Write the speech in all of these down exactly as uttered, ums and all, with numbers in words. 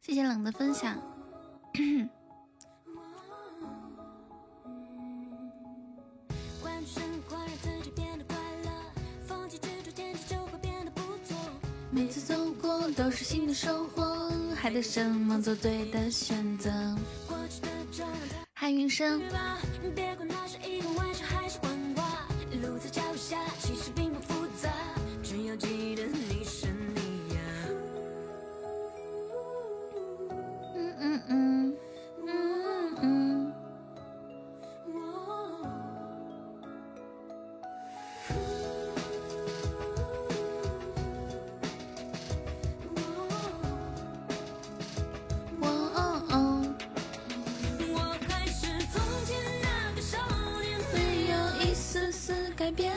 谢谢冷的分享。每次走过都是新的收获，还得什么做对的选择。嗨，云生。路在脚下，其实并不复杂，只要记得你是你呀。嗯嗯嗯嗯嗯。我哦哦。我还是从前那个少年，没有一丝丝改变。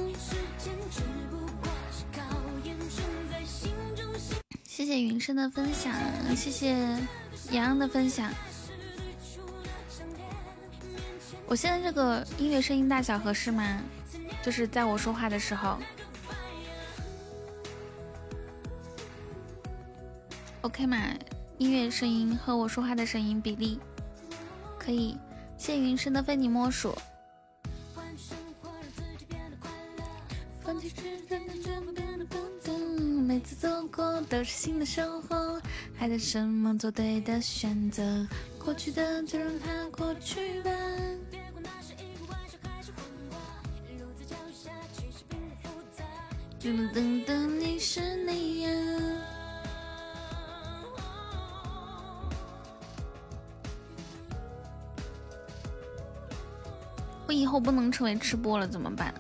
谢谢云生的分享，谢谢洋洋的分享。我现在这个音乐声音大小合适吗？就是在我说话的时候 OK 吗？音乐声音和我说话的声音比例可以。谢谢云生的非你莫属。每次走过都是新的收获，还得什么做对的选择。过去的就让它过去吧。噔噔噔，你是你呀。我以后不能成为吃播了怎么办？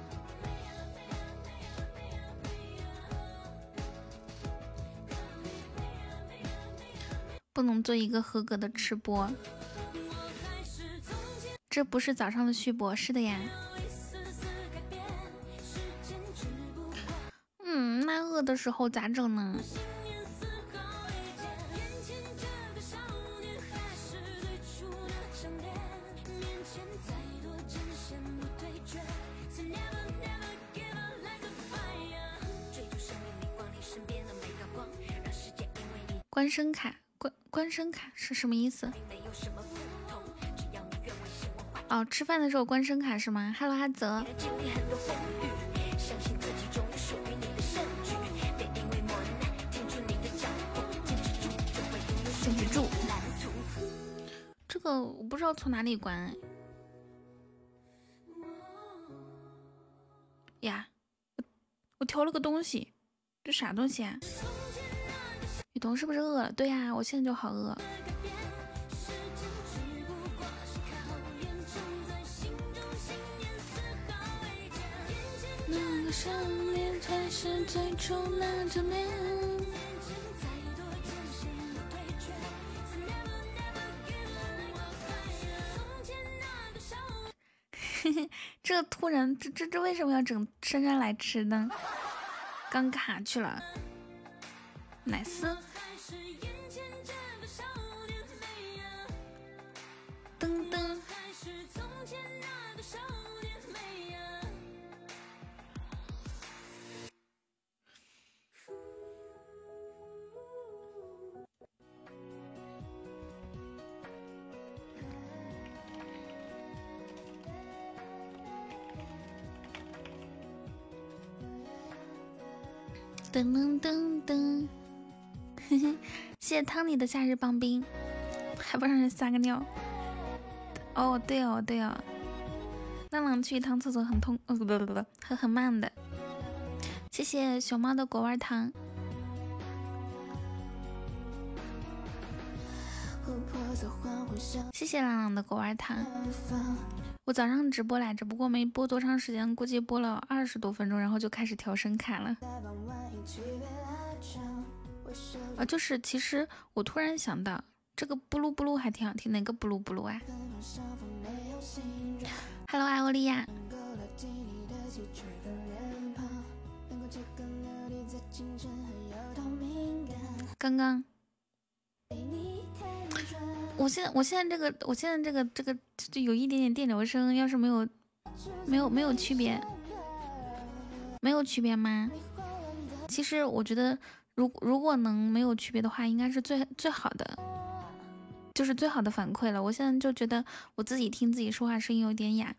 不能做一个合格的吃播。这不是早上的续播，是的呀。嗯，那饿的时候咋整呢？关声卡，关关声卡是什么意思？哦，吃饭的时候关声卡是吗 ？Hello， 阿泽。坚持住。这个我不知道从哪里关。呀，我我挑了个东西，这啥东西啊？雨桐是不是饿了？对呀、啊，我现在就好饿。那个少年才是最初那张脸。这突然，这这这为什么要整姗姗来迟呢？刚卡去了。奶丝，噔噔，噔噔噔噔。谢谢汤尼的夏日棒冰，还不让人撒个尿。哦，对哦，对哦，浪浪去一趟厕所很痛，哦不不不不，很很慢的。谢谢熊猫的果味糖。谢谢浪浪的果味糖。我早上直播来着，不过没播多长时间，估计播了二十多分钟，然后就开始调声卡了。啊，就是其实我突然想到，这个布鲁布鲁还挺好听，哪个布鲁布鲁啊 ？Hello， 艾欧利亚。刚刚，我现在我现在这个我现在这个这个就有一点点电流声，要是没有没有没有区别，没有区别吗？其实我觉得， 如如果能没有区别的话，应该是最最好的，就是最好的反馈了。我现在就觉得我自己听自己说话声音有点哑。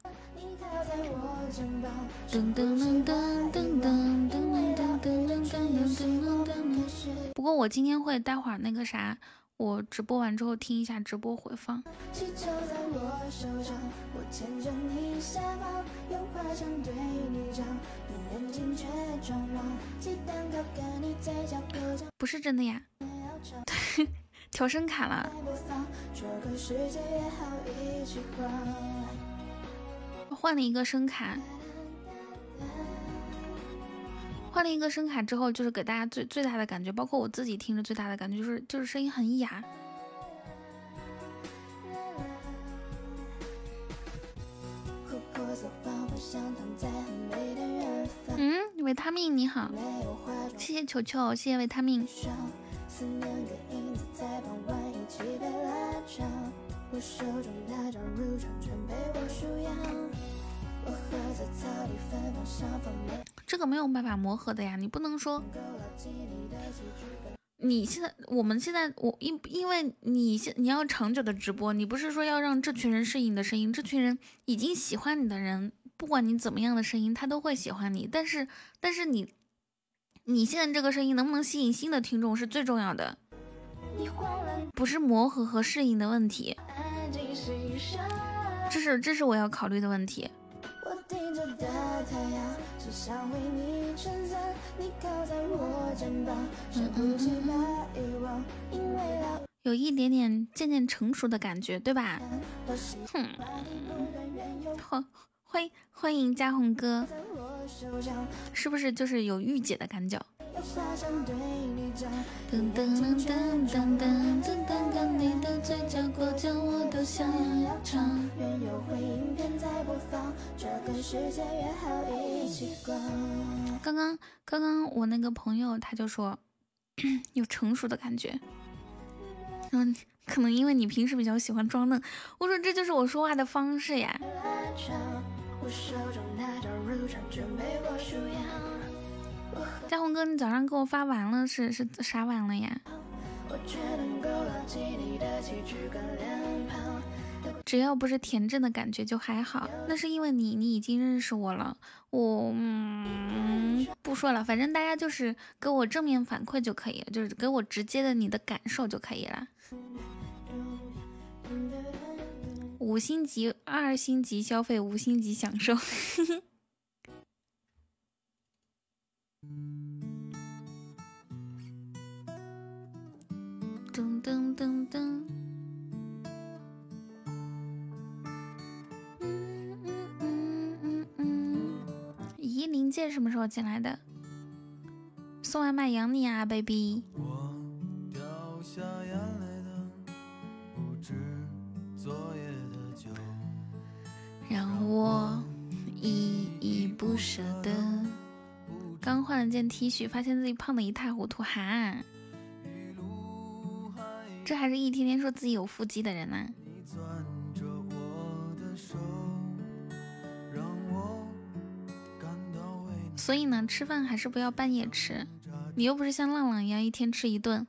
噔噔噔噔噔噔噔噔噔噔噔噔噔。不过我今天会待会儿那个啥，我直播完之后听一下直播回放。不是真的呀，调声卡了。换了一个声卡，换了一个声卡之后，就是给大家最最大的感觉，包括我自己听着最大的感觉，就是就是声音很哑。嗯，维他命你好，谢谢球球，谢谢维他命。这个没有办法磨合的呀，你不能说你现在我们现在我因因为你现你要长久的直播，你不是说要让这群人适应你的声音，这群人已经喜欢你的人，不管你怎么样的声音，他都会喜欢你。但是但是你你现在这个声音能不能吸引新的听众是最重要的，不是磨合和适应的问题，这是这是我要考虑的问题。嗯嗯嗯，有一点点渐渐成熟的感觉，对吧？哼，欢欢欢迎嘉宏哥，是不是就是有御姐的感觉？噔噔噔噔噔噔噔噔，你的嘴角过奖我都想要唱。刚刚刚刚我那个朋友他就说有成熟的感觉，嗯，可能因为你平时比较喜欢装嫩，我说这就是我说话的方式呀。嘉宏哥，你早上给我发完了，是是啥完了呀？只要不是田震的感觉就还好，那是因为你你已经认识我了，我嗯不说了，反正大家就是给我正面反馈就可以了，就是给我直接的你的感受就可以了。五星级、二星级消费，五星级享受。噔噔噔噔。嗯嗯嗯嗯嗯。咦，临界什么时候进来的？送外卖养你啊 ，baby。我掉下眼泪的不止昨夜的酒，让我依依不舍的。刚换了件 T 恤，发现自己胖得一塌糊涂，哈！这还是一天天说自己有腹肌的人呢、啊。所以呢，吃饭还是不要半夜吃，你又不是像浪浪一样一天吃一顿。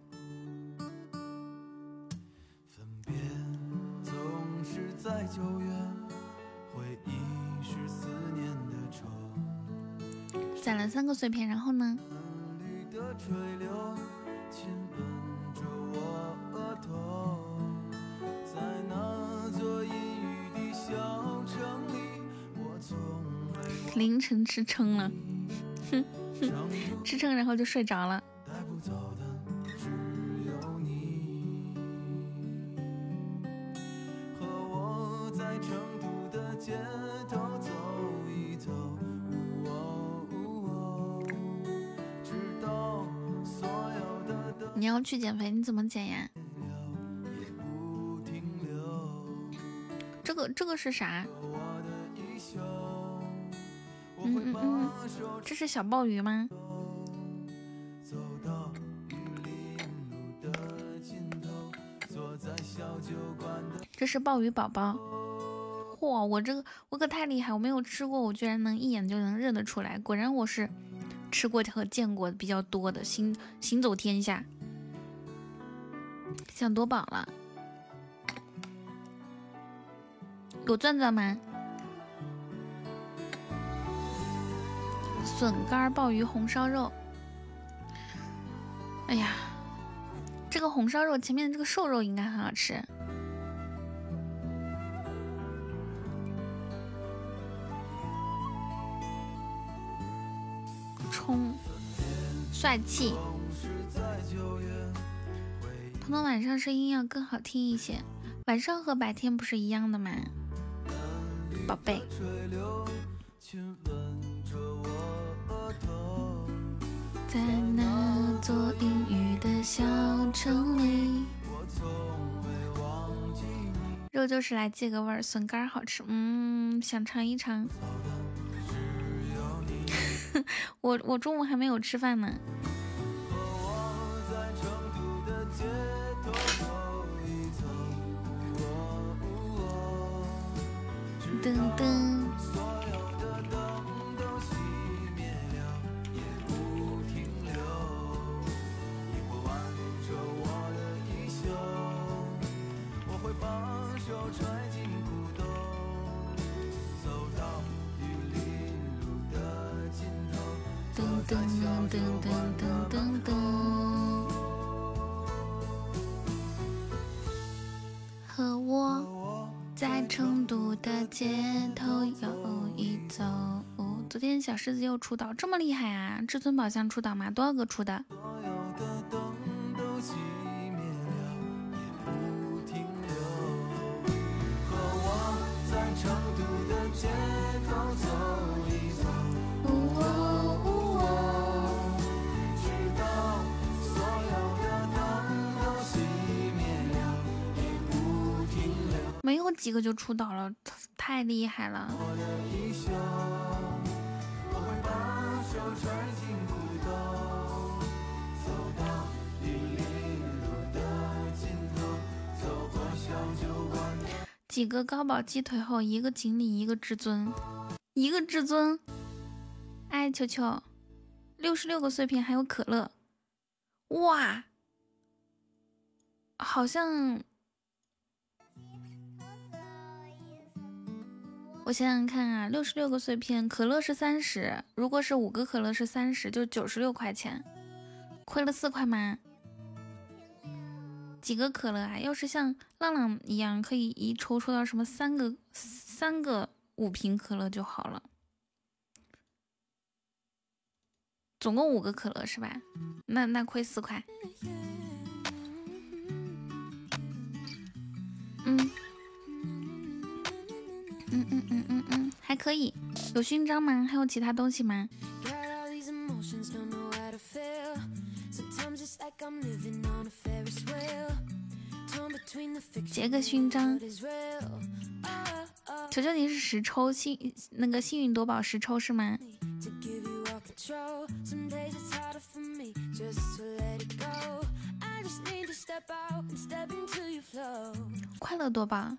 攒了三个碎片，然后呢？凌晨吃撑了，哼哼，吃撑然后就睡着了。你要去减肥，你怎么减呀？这个这个是啥？嗯嗯嗯，这是小鲍鱼吗？这是鲍鱼宝宝。嚯，我这个我可太厉害，我没有吃过，我居然能一眼就能认得出来。果然我是吃过和见过比较多的，行行走天下。想夺宝了，有钻钻吗？笋干、鲍鱼、红烧肉。哎呀，这个红烧肉前面的这个瘦肉应该很好吃。冲，帅气。彤彤晚上声音要更好听一些，晚上和白天不是一样的吗？宝贝。在那座阴雨的小城里，肉就是来借个味儿，笋干好吃，嗯，想尝一尝。我我中午还没有吃饭呢。噔噔。噔噔噔噔噔噔，和我在成都的街头游一走。昨天小狮子又出道，这么厉害啊！至尊宝箱出道吗？多少个出的？没有几个就出道了，太厉害了。几个高保鸡腿后，一个锦鲤，一个至尊，一个至尊。哎，球球，六十六个碎片，还有可乐，哇，好像。我想想看啊，六十六个碎片，可乐是三十，如果是五个可乐是三十，就九十六块钱，亏了四块吗？几个可乐啊？要是像浪浪一样，可以一抽抽到什么三个三个五瓶可乐就好了，总共五个可乐是吧？那那亏四块。嗯。嗯嗯嗯嗯嗯，还可以。有勋章吗？还有其他东西吗？结个勋章。求求你是实抽幸那个幸运夺宝实抽是吗？快乐夺宝。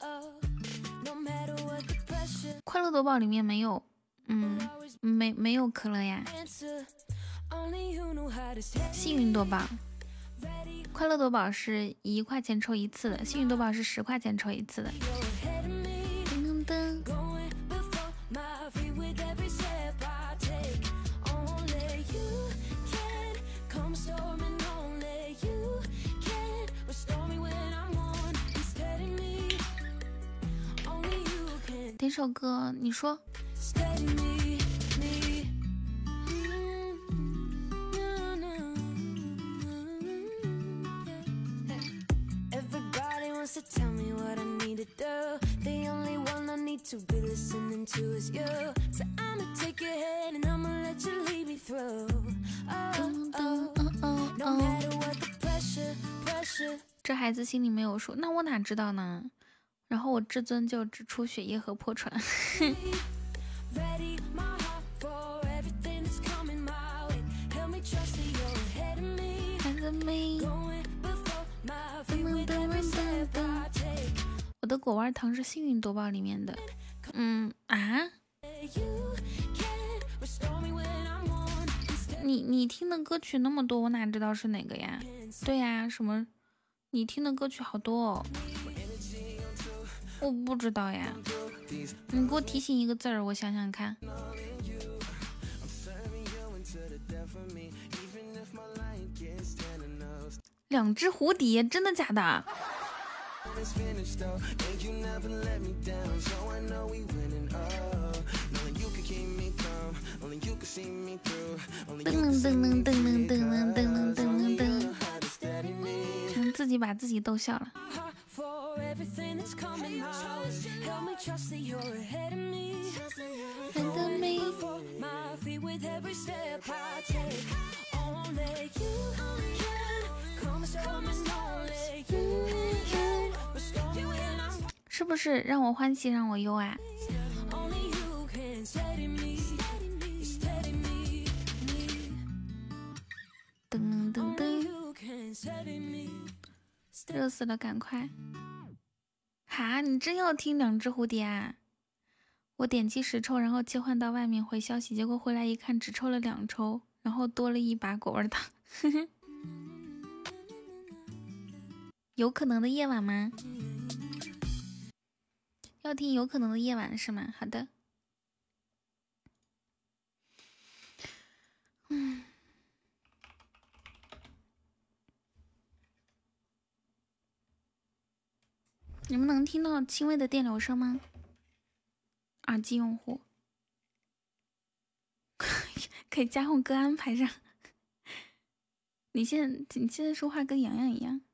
快乐夺宝里面没有，嗯，没没有可乐呀。幸运夺宝，快乐夺宝是一块钱抽一次的，幸运夺宝是十块钱抽一次的。噔噔噔。点首歌，你说。这孩子心里没有数，那我哪知道呢？然后我至尊就只出血液和破船。我的果味糖是幸运夺宝里面的，嗯啊， 你你听的歌曲那么多，我哪知道是哪个呀？对呀，什么？你听的歌曲好多哦，我不知道呀。你给我提醒一个字儿，我想想看。两只蝴蝶，真的假的？噔噔噔噔噔噔噔噔噔噔噔，嗯，自己把自己逗笑了。是不是让我欢喜让我忧啊？噔噔噔，热死了，赶快！哈，你真要听两只蝴蝶啊？我点击十抽，然后切换到外面回消息，结果回来一看只抽了两抽，然后多了一把果味糖。有可能的夜晚吗？要听有可能的夜晚是吗？好的。嗯，你们能听到轻微的电流声吗？耳机用户可以加红歌安排上。你现在你现在说话跟洋洋一样，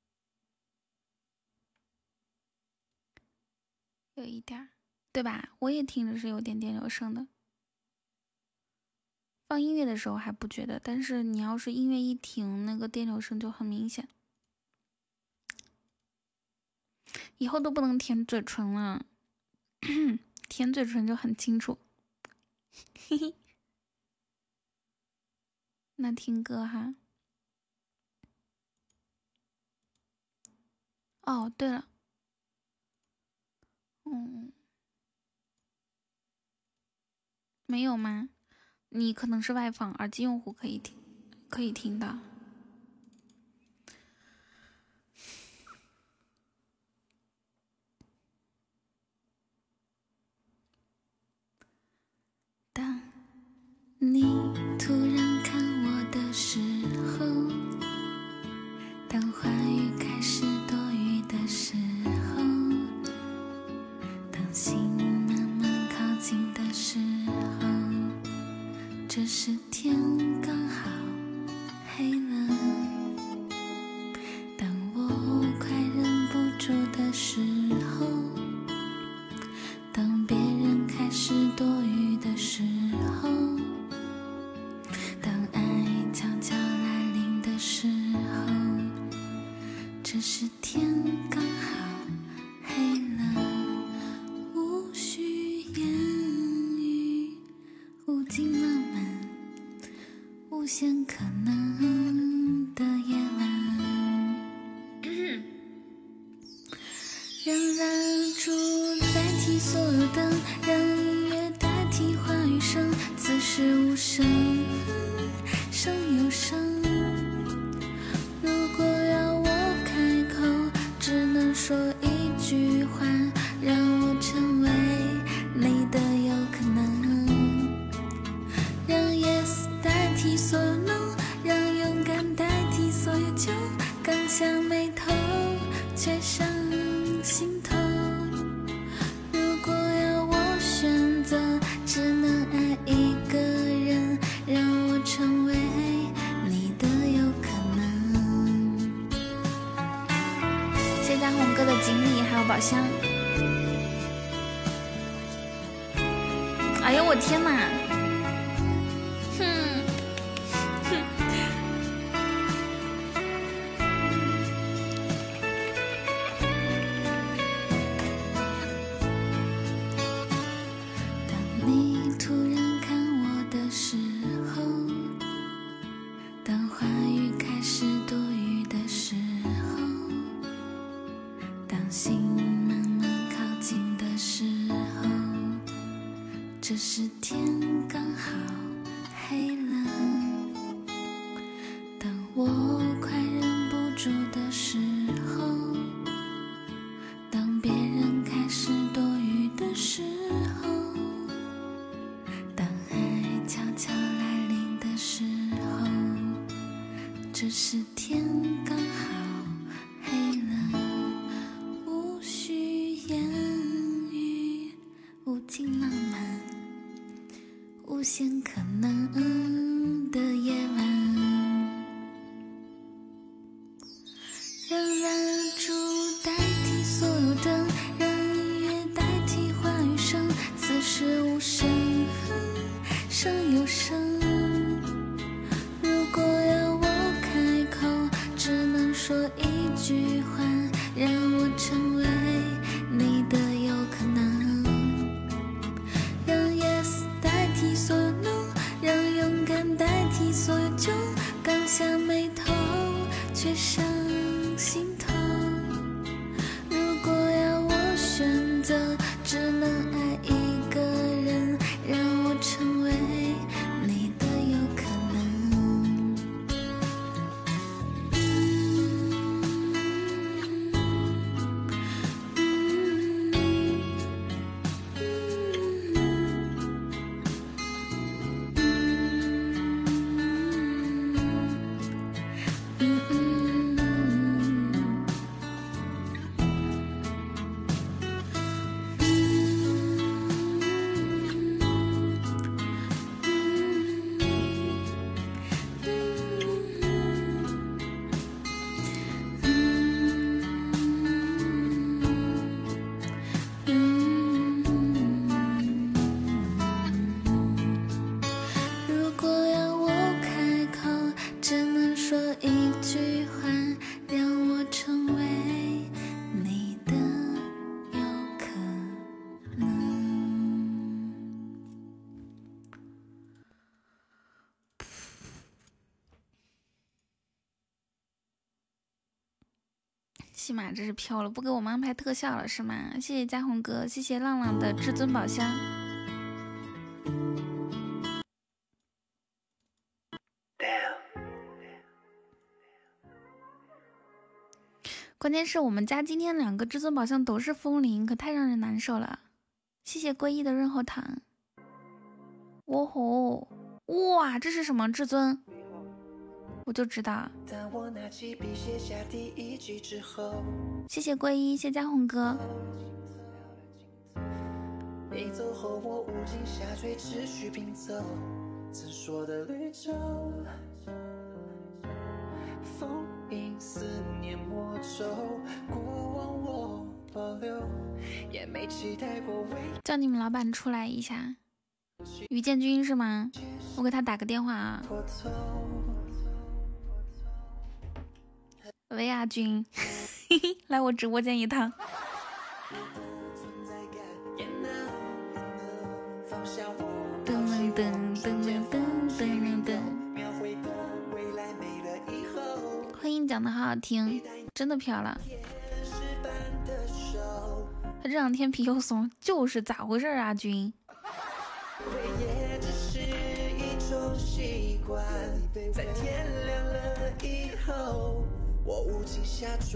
有一点，对吧？我也听着是有点电流声的。放音乐的时候还不觉得，但是你要是音乐一停，那个电流声就很明显。以后都不能舔嘴唇了，舔嘴唇就很清楚。嘿嘿，那听歌哈。哦，对了，嗯，没有吗？你可能是外放，耳机用户可以听，可以听到。当你突然看我的时候，当话语开始多余的时候，当心慢慢靠近的时候，这时天刚好黑了。当我快忍不住的时候，当别人开始多余的时候，当爱悄悄来临的时候，这时天刚好黑了。无需言语，无尽浪漫，无限可能的夜晚。让蜡烛代替所有灯，让音乐代替话语声，此时无声胜有声。如果要我开口，只能说一句话，让我成为你的有可能。让 yes 代替所有 no， 让勇敢代替所有酒，刚想眉头却上心头。如果要我选择，只能爱一个人，让我成为你的有可能。谢谢家红哥的锦鲤还有宝箱。哎呦我天哪！哼哼。当你突然看我的时候，当话语开始多余的时候，当心慢慢靠近的时候，这时天刚好黑了。 起码这是飘了，不给我们安排特效了是吗？谢谢嘉宏哥，谢谢浪浪的至尊宝箱。关键是我们家今天两个至尊宝箱都是风铃，可太让人难受了。谢谢归一的润喉糖。哦吼，哇，这是什么至尊？我就知道。谢谢归一，谢谢嘉宏哥。你走后我无尽下坠，持续拼凑曾说的绿洲，风影思念魔咒，过往我保留，也没期待过未叫你们老板出来一下。于建军是吗？我给他打个电话啊。喂，阿军，来我直播间一趟。噔噔噔噔噔噔噔，欢迎讲的好好听，真的飘了。他这两天皮又松，就是咋回事啊？阿军。在天亮了以后，我无情下坠。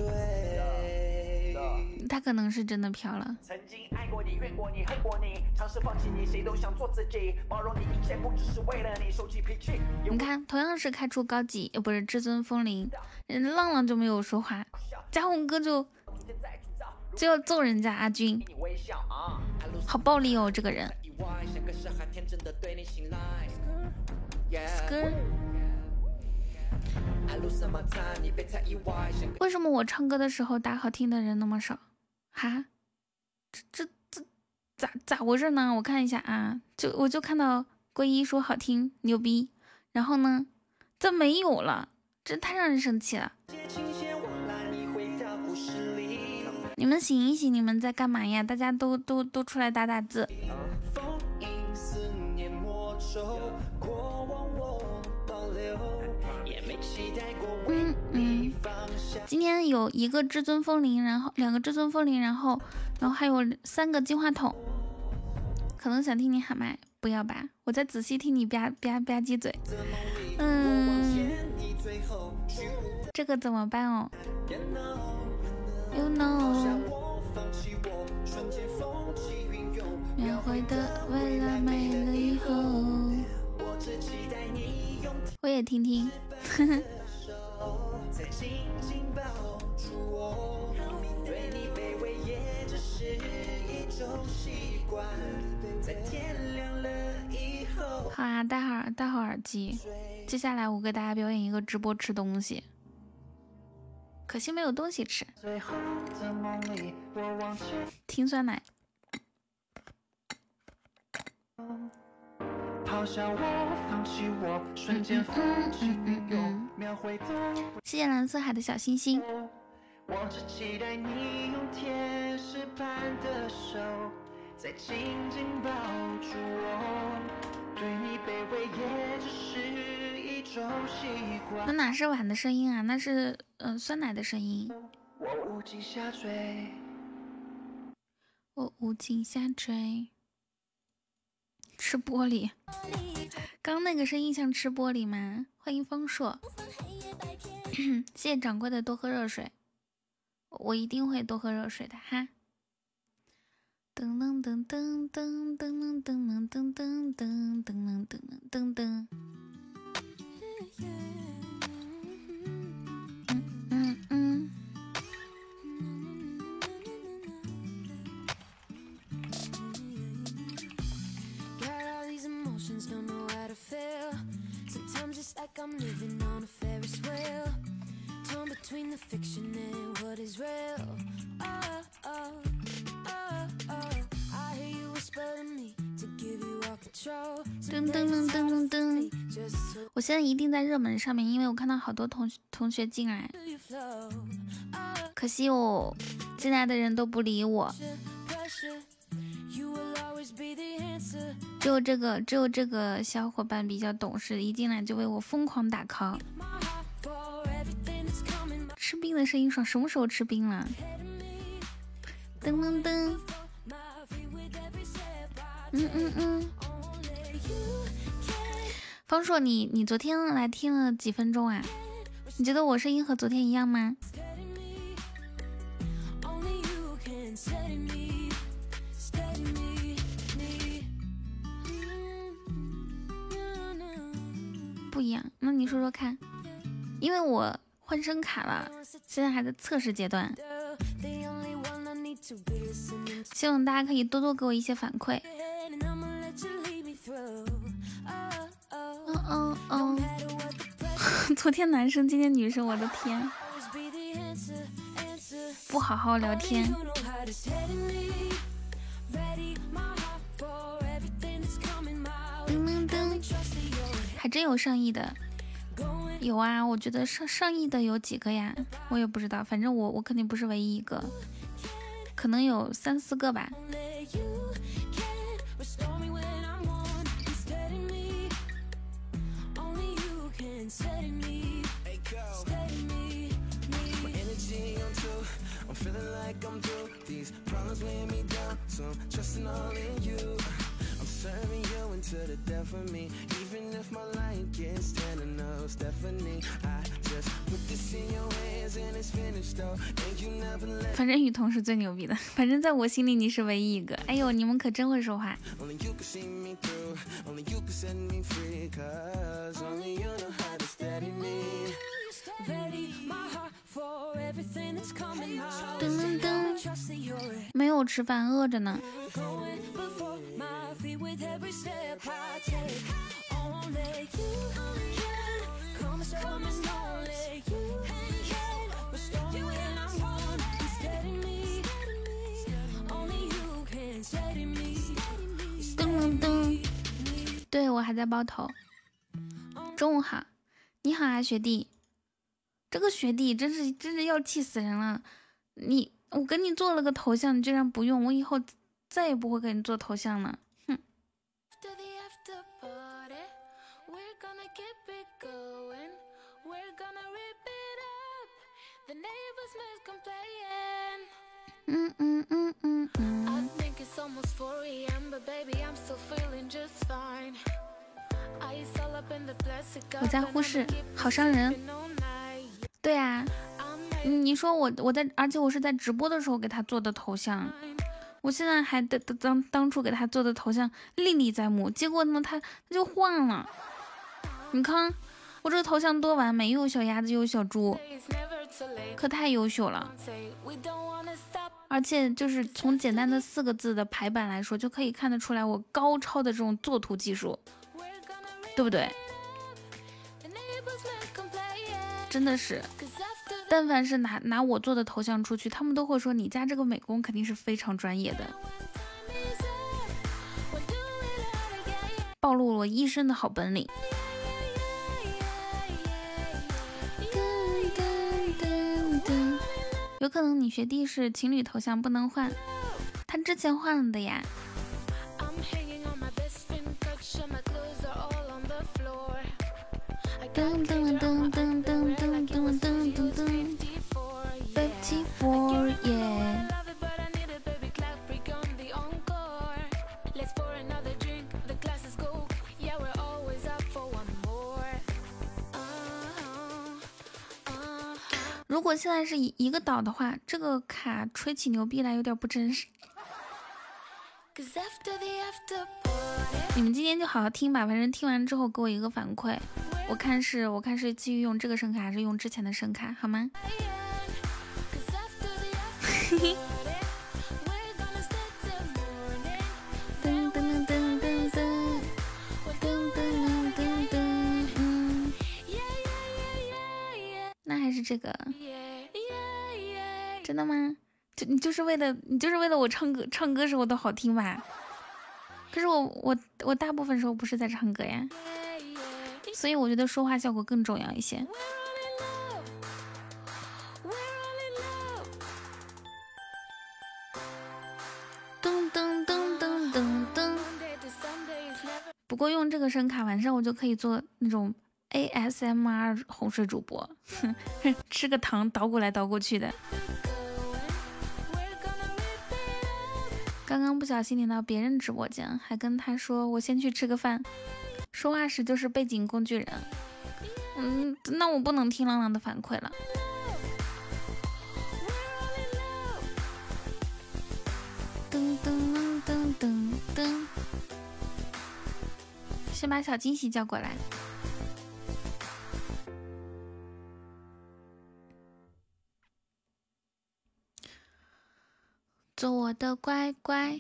他可能是真的飘了。曾经爱过你，怨过你，恨过你，尝试放弃你，谁都想做自己，包容你一切，不只是为了你收起脾气。你看，同样是开出高级，呃，不是至尊风铃，人浪浪就没有说话，嘉宏哥就就要揍人家阿军，好暴力哦，这个人。Skr 为什么我唱歌的时候打好听的人那么少？哈，这这这咋咋回事呢？我看一下啊，就我就看到归一说好听牛逼，然后呢，这没有了，这太让人生气了。你们醒一醒，你们在干嘛呀？大家都都都出来打打字。嗯嗯，今天有一个至尊风铃，然后两个至尊风铃，然后然后还有三个金话筒。可能想听你喊麦，不要吧，我再仔细听你吧吧吧唧嘴。嗯，这个怎么办哦 ？You know， 描绘的未来没了以后，我也听听。呵呵。好啊，戴好戴好耳机。接下来我给大家表演一个直播吃东西，可惜没有东西吃。听酸奶。抛下我，放弃我，瞬间风起云涌，描绘的。谢谢蓝色海的小星星。我只期待你用天使般的手，再紧紧抱住我，对你卑微也只是一种习惯。那哪是碗的声音啊？那是嗯、呃、酸奶的声音。我无尽下坠，我无尽下坠。吃玻璃，刚那个声音像吃玻璃吗？欢迎方硕，谢谢掌柜的多喝热水，我一定会多喝热水的哈。噔噔噔噔噔噔噔噔噔噔噔噔噔噔噔。嗯嗯嗯。Don't know how to feel. Sometimes it's like I'm living on a Ferris wheel, torn between the fiction and what is real. Oh, oh, oh, oh. I hear you whisper to me to give you all control. 噔噔噔噔噔噔！我现在一定在热门上面，因为我看到好多同同学进来，可惜我进来的人都不理我。只有这个，只有这个小伙伴比较懂事，一进来就为我疯狂打 call。吃冰的的声音爽，什么时候吃冰了？噔噔噔，嗯嗯嗯。方硕，你你昨天来听了几分钟啊？你觉得我声音和昨天一样吗？不一样，那你说说看，因为我换声卡了，现在还在测试阶段，希望大家可以多多给我一些反馈。嗯嗯嗯，昨天男生，今天女生，我的天，不好好聊天。噔噔噔，还真有上亿的，有啊，我觉得上上亿的有几个呀？我也不知道，反正我我肯定不是唯一一个，可能有三四个吧。反正雨桐是最牛逼的，反正在我心里你是唯一一个。哎呦，你们可真会说话。噔噔噔，没有吃饭，饿着呢。噔噔噔，对，我还在包头。中午好，你好啊，学弟。这个学弟真是真是要气死人了！你我给你做了个头像，你居然不用，我以后再也不会给你做头像了。哼！嗯嗯嗯嗯嗯。我在忽视，好伤人。对啊，你说我我在，而且我是在直播的时候给他做的头像，我现在还当当当初给他做的头像历历在目，结果呢他他就换了。你看我这个头像多完美，又有小鸭子又有小猪，可太优秀了。而且就是从简单的四个字的排版来说，就可以看得出来我高超的这种作图技术，对不对？真的是，但凡是拿拿我做的头像出去，他们都会说你家这个美工肯定是非常专业的，暴露了我一身的好本领。有可能你学弟是情侣头像不能换，他之前换了的呀。噔噔噔噔噔噔噔噔噔噔 ，Fifty Four yeah。如果现在是一一个岛的话，这个卡吹起牛逼来有点不真实。你们今天就好好听吧，反正听完之后给我一个反馈，我看是我看是继续用这个声卡还是用之前的声卡，好吗？噔噔噔噔噔噔噔噔噔噔，嗯，那还是这个，真的吗？就你就是为了你就是为了我唱歌唱歌时候都好听吧？可是我我我大部分时候不是在唱歌呀，所以我觉得说话效果更重要一些。噔噔噔噔噔噔。不过用这个声卡，晚上我就可以做那种 A S M R 哄睡主播，哼，吃个糖捣鼓来捣鼓去的。刚刚不小心点到别人直播间，还跟他说我先去吃个饭，说话时就是背景工具人。嗯，那我不能听浪浪的反馈了。噔噔噔噔噔，先把小惊喜叫过来。做我的乖乖。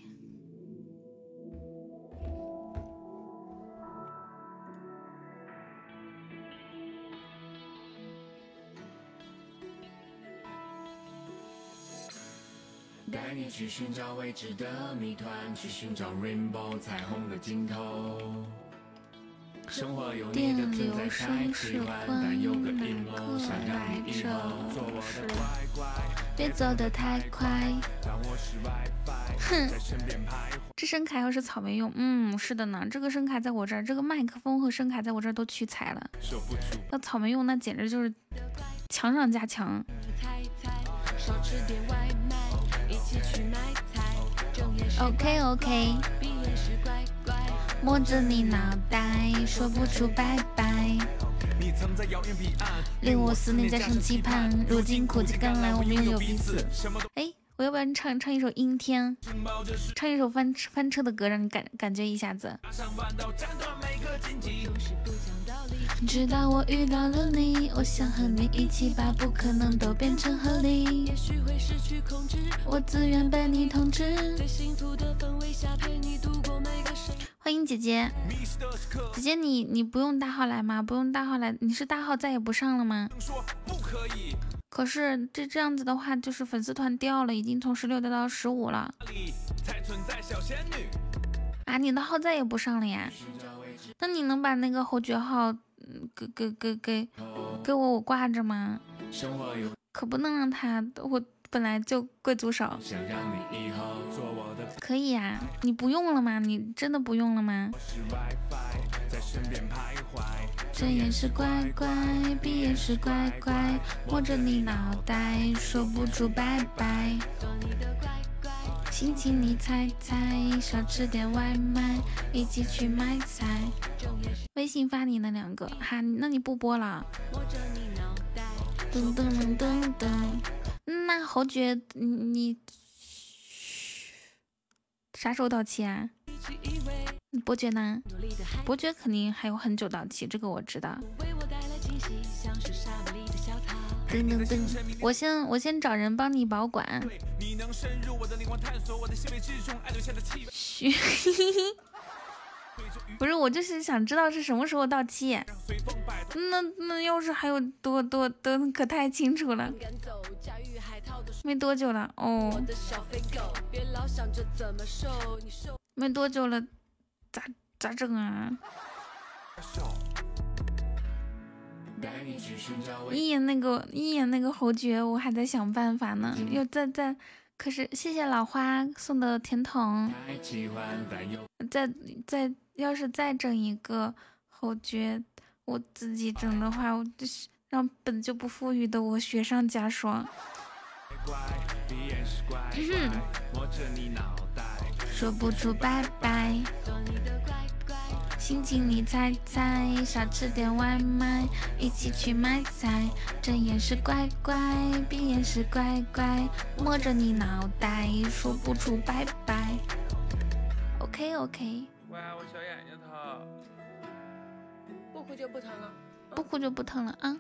带你去寻找未知的谜团，去寻找 rainbow 彩虹的尽头。生活有你的存在太奇幻，但有个阴谋想让你以后做我的乖乖， 别走得太快。哼，这声卡要是草莓用，嗯，是的呢，这个声卡在我这儿，这个麦克风和声卡在我这儿都取材了。那草莓用那简直就是强上加强。OK OK， 摸着你脑袋，说不出拜拜。令我思念在生期盼，如今苦尽甘来，我们拥有彼此。哎，我要不然唱唱一首阴天，唱一首翻翻车的歌，让你感感觉一下子。直到我遇到了你，我想和你一起把不可能都变成合理。也许会失去控制，我自愿被你统治。在幸福的氛围下陪你度过每个生。欢迎姐姐，姐姐你你不用大号来吗？不用大号来，你是大号再也不上了吗？可是这这样子的话，就是粉丝团掉了，已经从十六掉到十五了。啊，你的号再也不上了呀？那你能把那个侯爵号给给给给给我我挂着吗？可不能让他，我本来就贵族少。可以呀、啊，你不用了吗？你真的不用了吗？这也是乖乖，毕业是乖乖，摸着你脑袋，说不出拜拜。心情你猜猜，少吃点外卖，一起去买菜。微信发你那两个哈，那你不播了？噔噔噔噔噔，那侯爵你你啥时候到期啊？伯爵呢？伯爵肯定还有很久到期，这个我知道。噔噔噔，我先我先找人帮你保管。嘘，不是，我就是想知道是什么时候到期。那那要是还有多多多，可太清楚了。没多久了哦，没多久了，咋咋整啊？一眼那个一眼那个侯爵，我还在想办法呢，又在在，可是谢谢老花送的甜筒，再再要是再整一个侯爵，我自己整的话，我就是让本就不富裕的我雪上加霜。嗯、说不出拜拜。心情你猜猜，少吃点外卖，一起去买菜。睁眼是乖乖，闭眼是乖乖，摸着你脑袋，说不出拜拜。OK OK。 喂，我小眼睛疼。不哭就不疼了。 不哭就不疼了啊。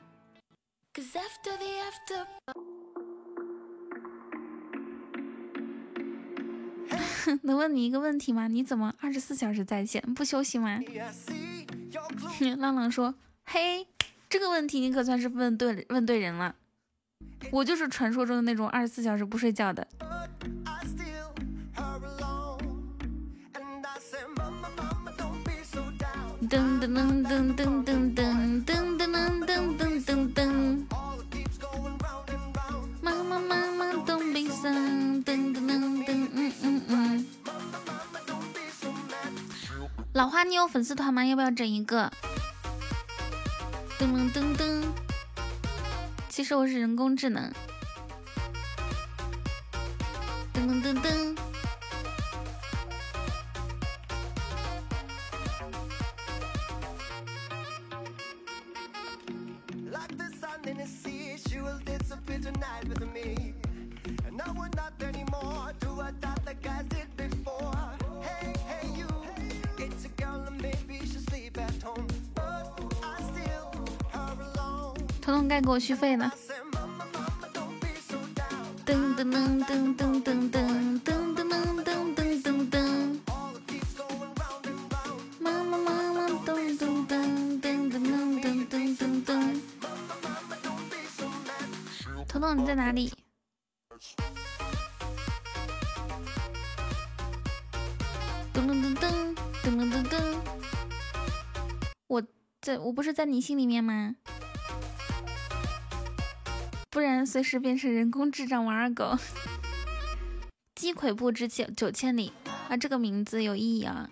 能问你一个问题吗？你怎么二十四小时在线不休息吗？浪浪说：“嘿，这个问题你可算是问对问对人了。我就是传说中的那种二十四小时不睡觉的。”噔噔噔噔噔噔噔噔噔噔噔噔噔噔。妈妈妈妈don't be sad，噔噔噔噔，嗯嗯嗯。老花，你有粉丝团吗？要不要整一个？ 噔噔噔噔，其实我是人工智能。噔噔噔噔。彤彤该给我续费了。噔噔噔噔噔噔噔噔噔噔噔噔噔噔。妈妈妈妈噔噔噔噔噔噔噔噔噔噔。彤彤你在哪里？噔噔噔噔噔噔噔噔。我在，我不是在你心里面吗？不然随时变成人工智障王二狗。击溃不知九九千里啊，这个名字有意义啊。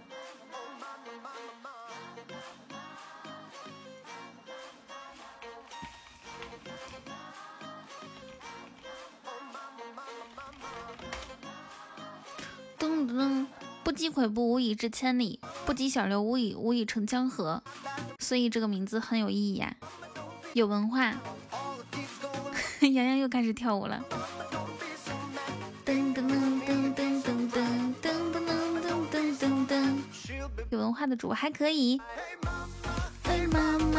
噔噔，不击溃不无以至千里，不及小流无以无以成江河。所以这个名字很有意义呀、啊，有文化。洋洋又开始跳舞了。噔噔噔噔噔噔噔噔噔噔噔噔，有文化的主播还可以。嘿妈妈，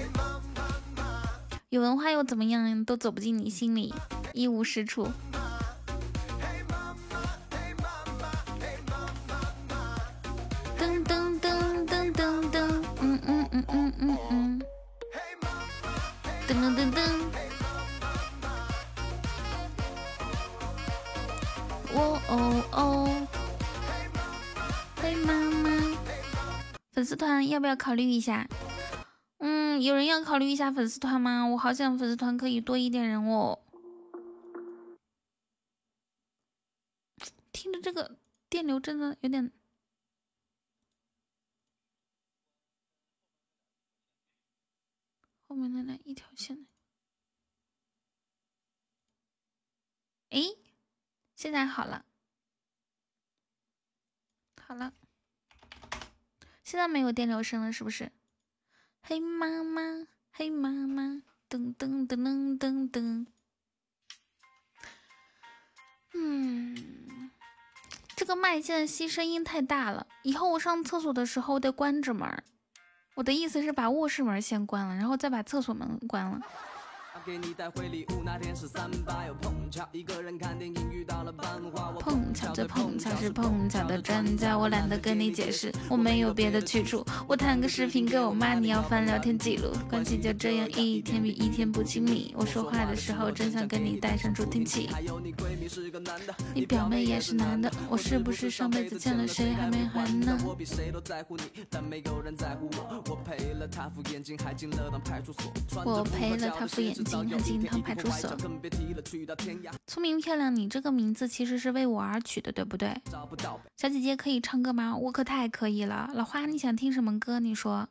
有文化又怎么样？都走不进你心里，一无是处。噔噔噔噔噔噔，嗯嗯嗯嗯嗯嗯，噔噔噔噔。哦哦哦，嘿妈妈，粉丝团要不要考虑一下？嗯，有人要考虑一下粉丝团吗？我好想粉丝团可以多一点人哦。听着这个电流真的有点，后面的那一条线。诶。现在好了，好了，现在没有电流声了，是不是？嘿妈妈，嘿妈妈，噔噔噔噔噔噔。嗯，这个麦现在吸声音太大了，以后我上厕所的时候得关着门。我的意思是把卧室门先关了，然后再把厕所门关了。给你带回礼物那天是三八，又碰巧一个人看电影遇到了班花。碰巧这碰巧是碰巧的专家，我懒得跟你解释，我没有别的去处。我弹个视频给我妈，你要翻聊天记录，关系就这样一天比一天不亲密。我说话的时候真想跟你带上助听器。你表妹也是男的，我是不是上辈子欠了谁还没还呢？我比谁都在乎你，但没有人在乎我。我赔了他副眼镜，还进了趟派出所。我赔了他副眼镜。还进趟派出所。聪明漂亮，你这个名字其实是为我而取的，对不对？小姐姐可以唱歌吗？我可太可以了。老花，你想听什么歌？你说。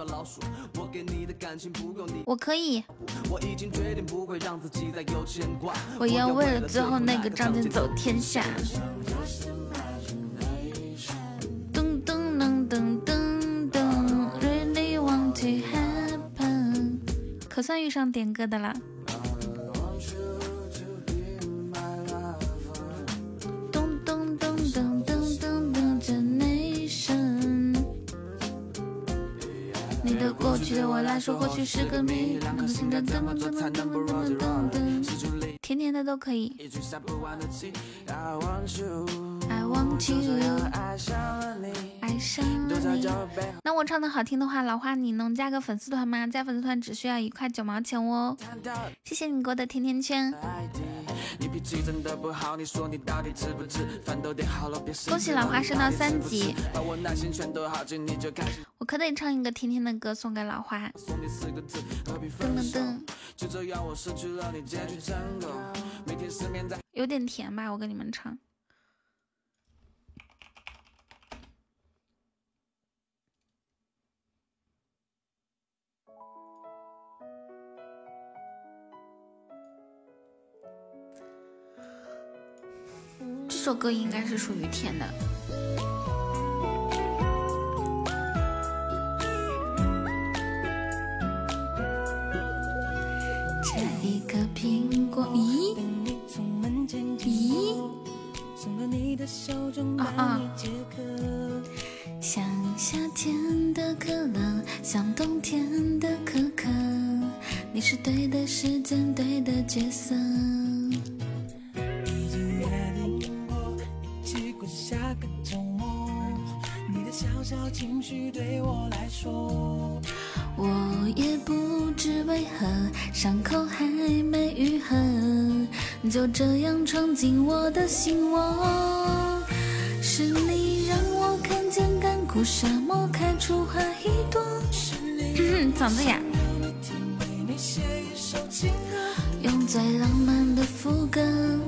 我可以。我要为了最后那个仗剑走天下。噔噔噔噔噔噔 ，Really want to happen。可算遇上点歌的了。咚咚咚咚咚咚咚 ，Generation。你的过去对我来说或许是个谜。噔噔噔噔噔噔噔噔噔噔，甜甜的都可以。I want you， 爱上了你。那我唱的好听的话，老花你能加个粉丝团吗？加粉丝团只需要一块九毛钱哦。谢谢你给我的甜甜圈。恭喜老花升到三级。我可得唱一个甜甜的歌送给老花。噔噔噔。有点甜吧，我跟你们唱。 这首歌应该是属于甜的。摘一颗苹果，咦咦，啊啊！像夏天的可乐，像冬天的可可，你是对的时间，对的角色。已经约定过一起过下个周末，你的小小情绪对我来说，我也不知为何，伤口还没愈合，就这样闯进我的心窝。是你让我看见干枯沙漠开出花一朵。嗯，嗓子哑。用最浪漫的副歌，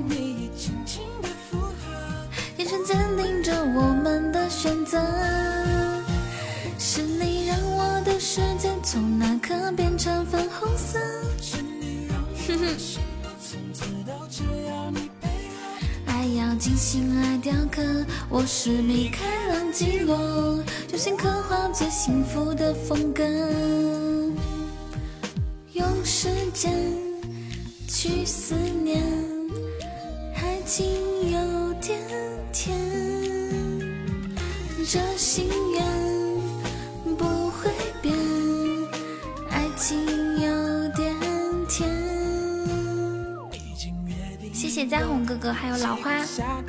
眼神坚定着我们的选择。是你让我的世界从那刻变成粉红色。哼哼。爱要精心来雕刻，我是米开朗基罗，就像刻画最幸福的风格。用时间去思念，爱情有点甜，这心愿不会变，爱情有点甜。谢谢嘉宏哥哥还有老花。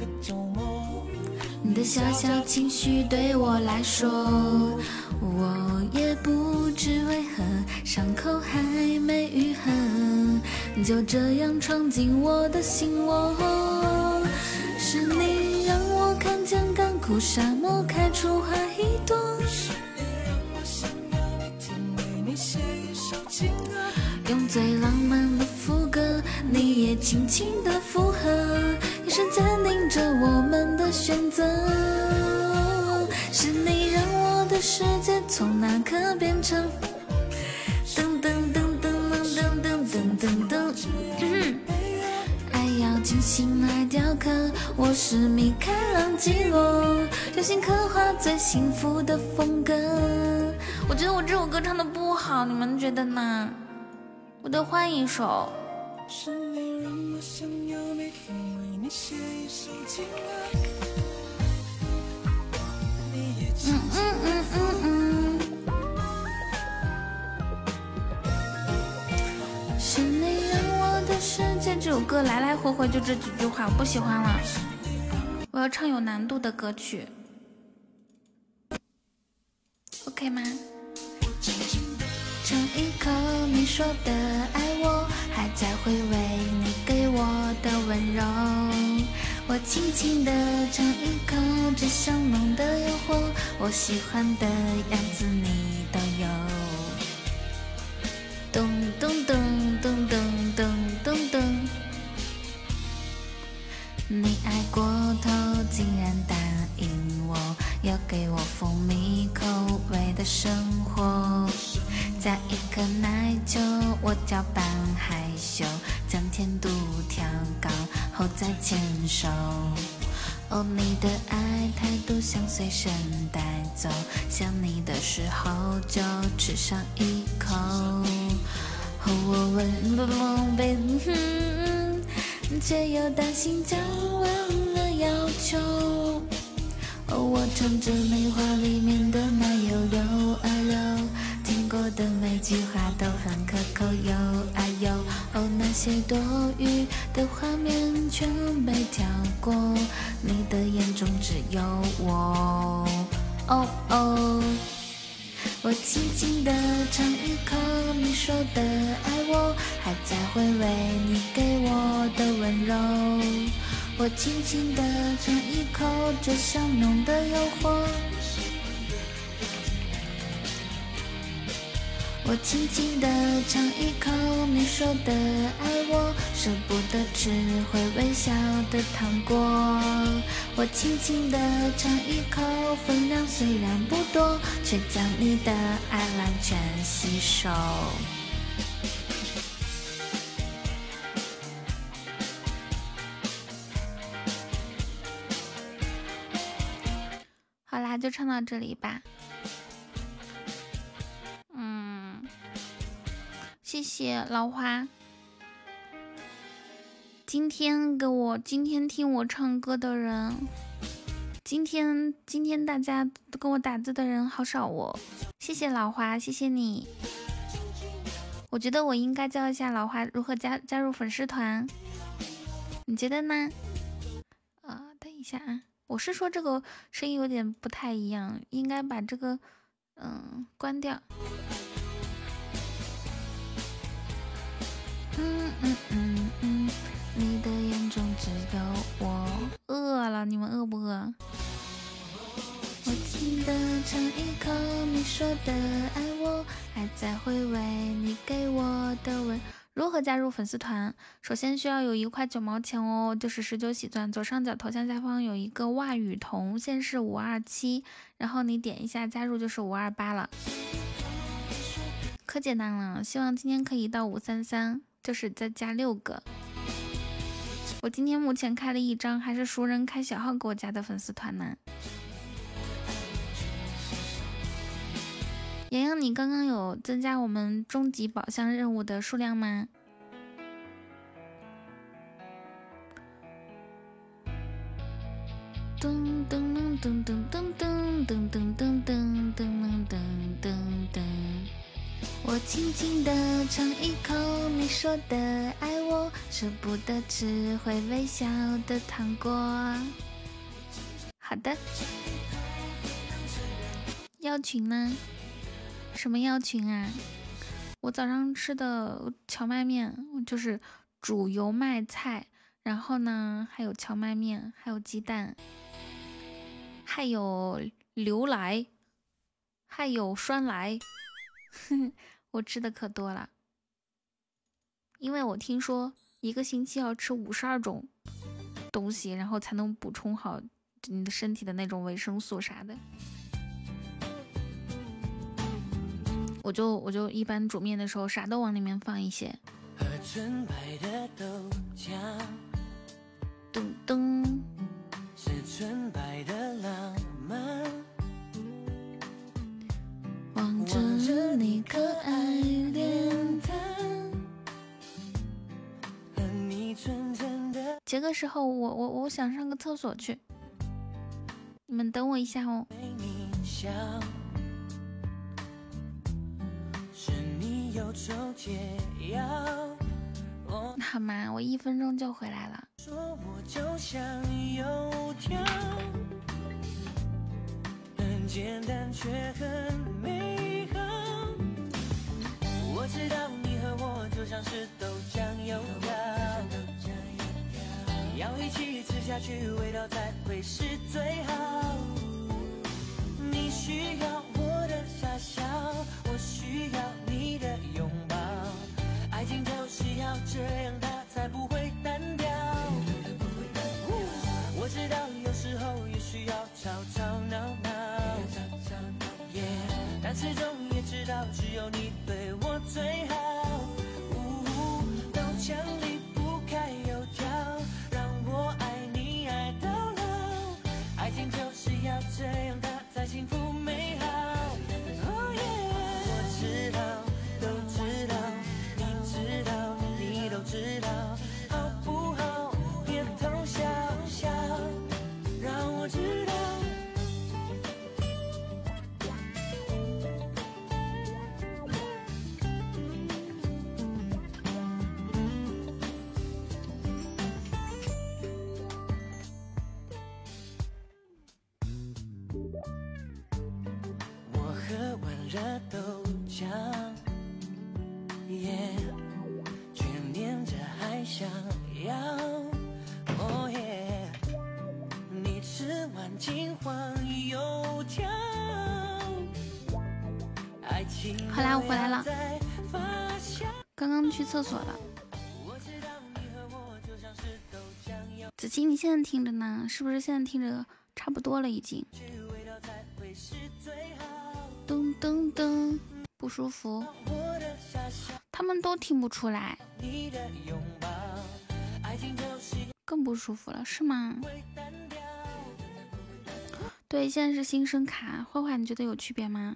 你的小小情绪对我来说，我也不知为何，伤口还没愈合，就这样闯进我的心窝。是你让我看见干枯沙漠开出花一朵，用最浪漫的副歌，你也轻轻的附和，眼神坚定着我们的选择。是你让我的世界从那刻变成噔噔噔噔噔噔噔噔噔噔。爱要精心来雕刻，我是米开朗基罗，用心刻画最幸福的风格。我觉得我这首歌唱的不好，你们觉得呢？我得换一首。嗯嗯嗯嗯嗯。是你让我的世界，这首歌来来回回就这几句话，我不喜欢了。我要唱有难度的歌曲 ，OK 吗？尝一口你说的爱我，还在回味你给我的温柔。我轻轻地尝一口这香浓的诱惑，我喜欢的样子你都有。咚咚咚咚咚咚咚咚，你爱过头竟然答应我，要给我蜂蜜口味的生活。加一颗奶酒，我搅拌害羞，将甜度调高后再牵手。哦，你的爱态度像随身带走，想你的时候就吃上一口。哦，我问不梦被，却又担心讲完了要求。哦，我唱着内话里面的奶油流啊流，听过的每句话都很可口，有啊有。哦，那些多余的画面全被跳过，你的眼中只有我。哦哦，我轻轻地尝一口你说的爱我，还在回味你给我的温柔。我轻轻地尝一口这香浓的诱惑，我轻轻地尝一口你说的爱我，舍不得吃会微笑的糖果。我轻轻地尝一口，分量虽然不多，却将你的爱完全吸收。 就唱到这里吧。嗯，谢谢老花。今天给我今天听我唱歌的人，今天今天大家都跟我打字的人好少哦。谢谢老花，谢谢你。我觉得我应该教一下老花如何加加入粉丝团，你觉得呢？啊，等一下啊，我是说这个声音有点不太一样，应该把这个嗯关掉。嗯嗯嗯嗯，你的眼中只有我。饿了，你们饿不饿？我记得尝一口你说的爱我，还在回味你给我的吻。如何加入粉丝团？首先需要有一块九毛钱哦，就是十九喜钻。左上角头像下方有一个袜雨桐，限时五二七，然后你点一下加入就是五二八了。可简单了，希望今天可以到五三三，就是再加六个。我今天目前开了一张，还是熟人开小号给我加的粉丝团呢。洋洋，你刚刚有增加我们终极宝箱任务的数量吗？噔噔噔噔噔噔噔噔噔噔噔噔噔噔，我轻轻地尝一口你说的爱我，舍不得吃会微笑的糖果。好的，邀群呢？什么邀群啊？我早上吃的荞麦面，就是煮油麦菜，然后呢还有荞麦面，还有鸡蛋，还有牛奶，还有酸奶，我吃的可多了。因为我听说一个星期要吃五十二种东西，然后才能补充好你的身体的那种维生素啥的。我就我就一般煮面的时候啥都往里面放一些。 喝纯白的豆浆， 噔噔， 是纯白的浪漫。 望着你可爱脸蛋， 和你纯真的。 这个时候我我我想上个厕所去，你们等我一下哦。 你想手解药， 好吗？我一分钟就回来了。 说我就像油条，很简单却很美好。我知道你和我就像是豆浆油条，要一起吃下去，味道才会是最好。你需要我的傻笑，我需要你的拥抱，爱情就是要这样，它才不会单调。我知道有时候也需要吵吵闹闹， yeah, 但始终也知道只有你对我最好。豆浆离不开油条，让我爱你爱到老，爱情就是要这样，它才幸福美好。Oh yeah， 我知道，都知道，你知道，你都知道，好不好？别偷笑笑，让我知道。我喝完热豆浆，耶，却念着还想要，哦耶，你吃完金黄油条，爱情好啦，我回来了，刚刚去厕所了。子琪，你现在听着呢？是不是现在听着差不多了已经？噔噔噔，不舒服，他们都听不出来，更不舒服了，是吗？ 对，现在是新声卡。坏坏，你觉得有区别吗？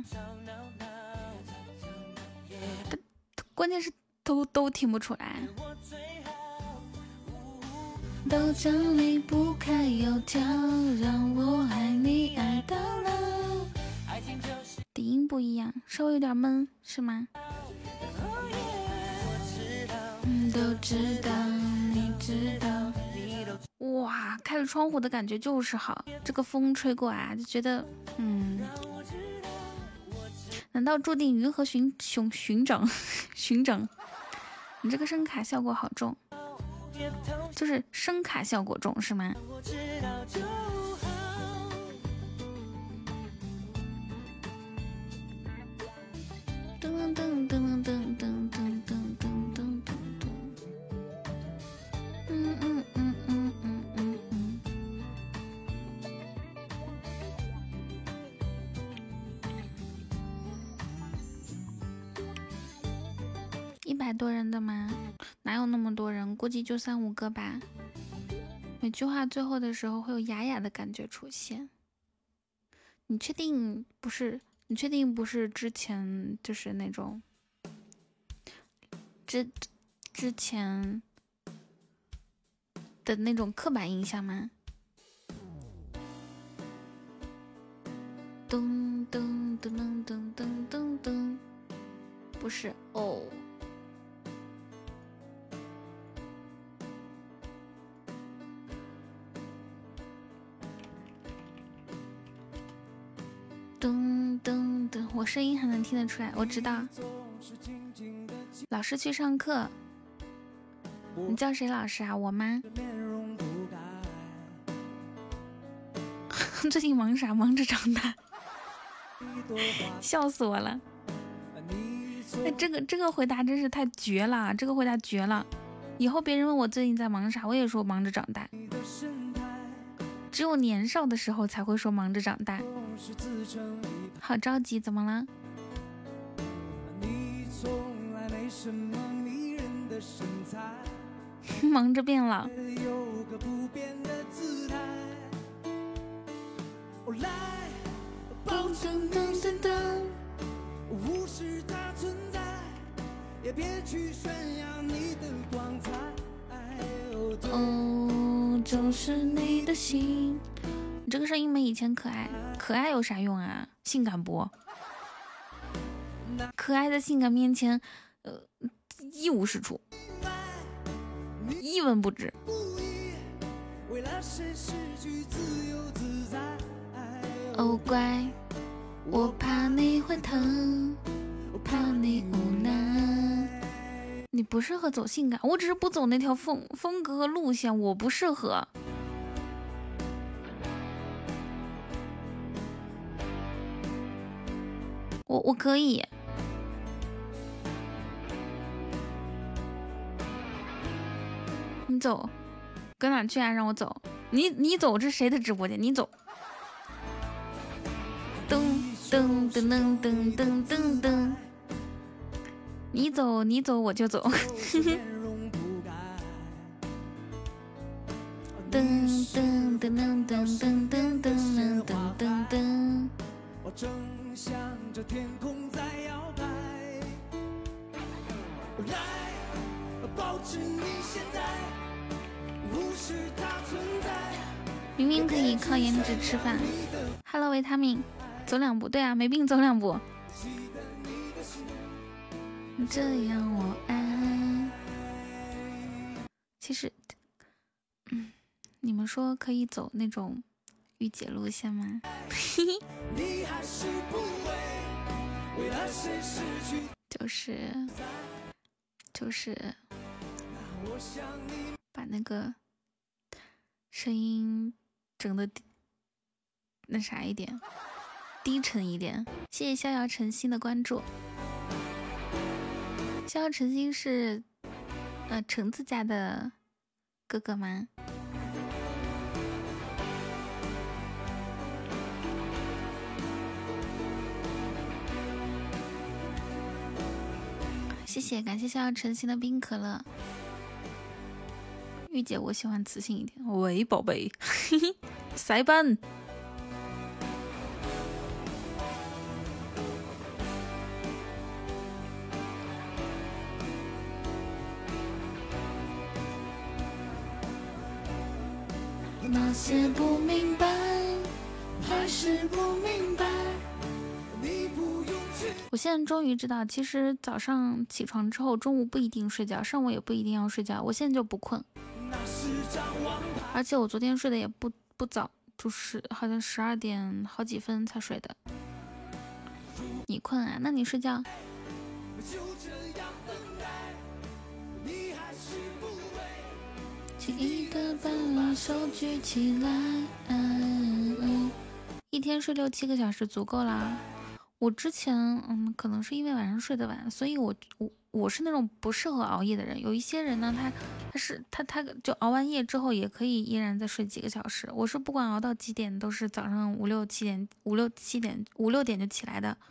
关键是都都听不出来。豆浆离不开油条，让我爱你爱到老。底音不一样，稍微有点闷，是吗？嗯，都知道，你知道。哇，开了窗户的感觉就是好，这个风吹过啊，就觉得，嗯，难道注定鱼和熊熊熊掌熊掌？你这个声卡效果好重，就是声卡效果重是吗？噔噔噔噔噔噔噔噔噔噔噔，嗯嗯嗯嗯嗯嗯嗯。一百多人的吗？哪有那么多人？估计就三五个吧。每句话最后的时候会有哑哑的感觉出现。你确定不是？你确定不是之前就是那种之之前的那种刻板印象吗？噔噔噔噔噔噔噔噔，不是哦。噔噔噔，我声音还能听得出来，我知道。老师去上课，你叫谁老师啊？我吗？最近忙啥？忙着长大，笑死我了。哎，这个这个回答真是太绝了，这个回答绝了。以后别人问我最近在忙啥，我也说忙着长大。只有年少的时候才会说忙着长大。好着急，怎么了？忙着变老。噔噔噔噔噔，无视它存在，也别去炫耀你的光彩。哦，就是你的心。你这个声音没以前可爱，可爱有啥用啊？性感不？可爱的性感面前，呃，一无是处，一文不值。哦乖，我怕你会疼，我怕你无奈。你不适合走性感，我只是不走那条风风格和路线，我不适合。我我可以。你走，搁哪去啊？让我走。你你走，这是谁的直播间？你走。噔噔噔噔噔噔噔噔，你走你走我就走。噔噔噔噔噔噔噔噔噔噔噔。我正向着天空在摇摆，来保持你现在，无视它存在。明明可以靠颜值吃饭。Hello 维他命，走两步。对啊，没病走两步。这样我爱。其实，嗯，你们说可以走那种御姐路线吗？就是就是把那个声音整的那啥一点，低沉一点。谢谢逍遥晨曦的关注。逍遥晨曦是呃橙子家的哥哥吗？谢谢，感谢逍遥晨曦的冰可乐。御姐，我喜欢磁性一点。喂，宝贝，塞班。 那些不明白，还是不明白。我现在终于知道，其实早上起床之后，中午不一定睡觉，上午也不一定要睡觉。我现在就不困，而且我昨天睡的也不不早，就是好像十二点好几分才睡的。你困啊？那你睡觉。轻易的把手举起来，一天睡六七个小时足够啦。我之前嗯，可能是因为晚上睡得晚，所以我我我是那种不适合熬夜的人。有一些人呢，他他是他他就熬完夜之后也可以依然再睡几个小时。我是不管熬到几点，都是早上五六七点五六七点五六点就起来的。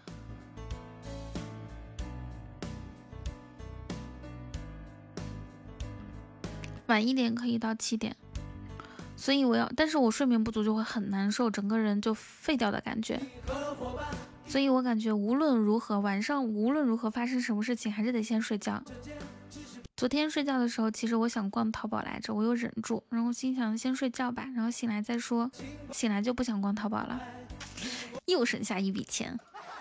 晚一点可以到七点，所以我要，但是我睡眠不足就会很难受，整个人就废掉的感觉。所以我感觉无论如何，晚上无论如何发生什么事情，还是得先睡觉。昨天睡觉的时候，其实我想逛淘宝来着，我又忍住，然后心想先睡觉吧，然后醒来再说。醒来就不想逛淘宝了，又省下一笔钱。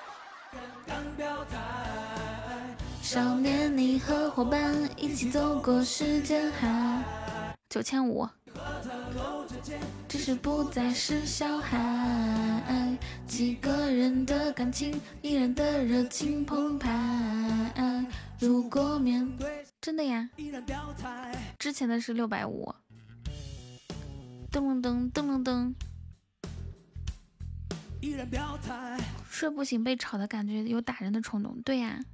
少年，你和伙伴一起走过时间海，九千五，只是不再是小孩，几个人的感情依然的热情澎湃。如果面对，真的呀，之前的是六百五，噔噔噔噔噔，睡不醒被吵的感觉，有打人的冲动。对呀。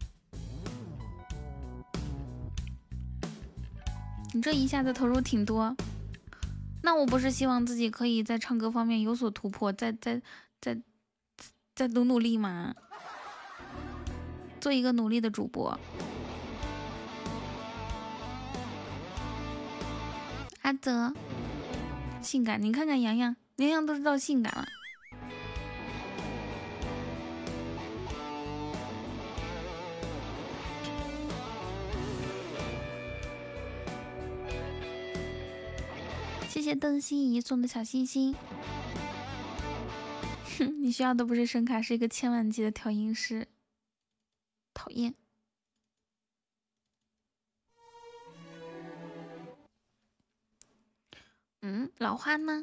你这一下子投入挺多，那我不是希望自己可以在唱歌方面有所突破，再再再再努努力吗？做一个努力的主播。阿泽，性感，你看看洋洋，洋洋都知道性感了。谢谢邓心怡送的小心心。哼，你需要的不是声卡，是一个千万级的调音师。讨厌。嗯，老花呢？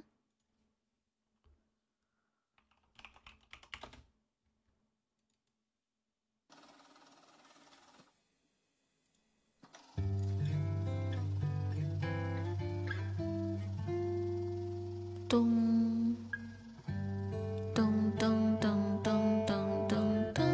咚咚咚咚咚咚咚咚。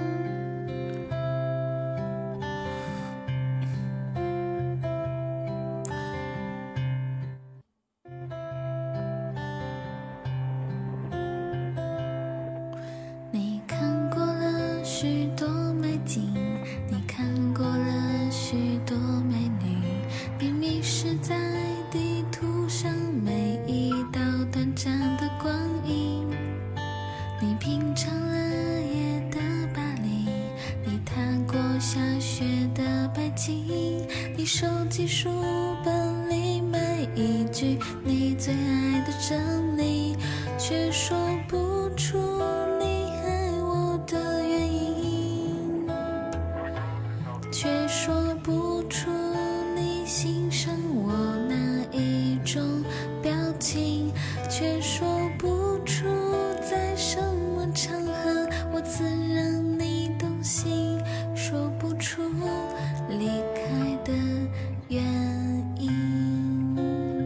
你看过了许多美景，你看过了许多美女，你迷失在地图上每一道短暂的光阴，你品尝了夜的巴黎，你踏过下雪的北京，你收集书本里每一句你最爱的真理，却说不出你爱我的原因，却说不出你欣赏我哪一种表情，却说不出在什么场合我曾让你动心，说不出离开的原因。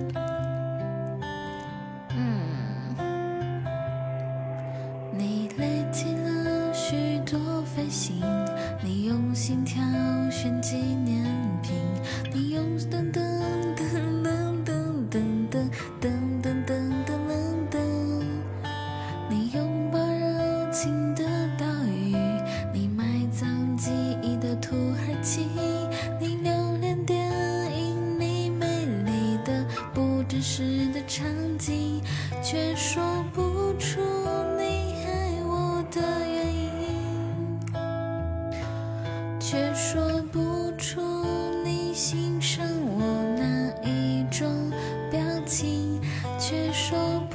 嗯，你累积了许多飞行，你用心挑选纪念品，你用噔噔噔噔噔噔噔噔噔噔噔噔，你拥抱热情的岛屿，你埋葬记忆的土耳其，你留恋电影里美丽的不真实的场景，却说不出你爱我的原因，却说不出你欣赏我哪一种表情，却说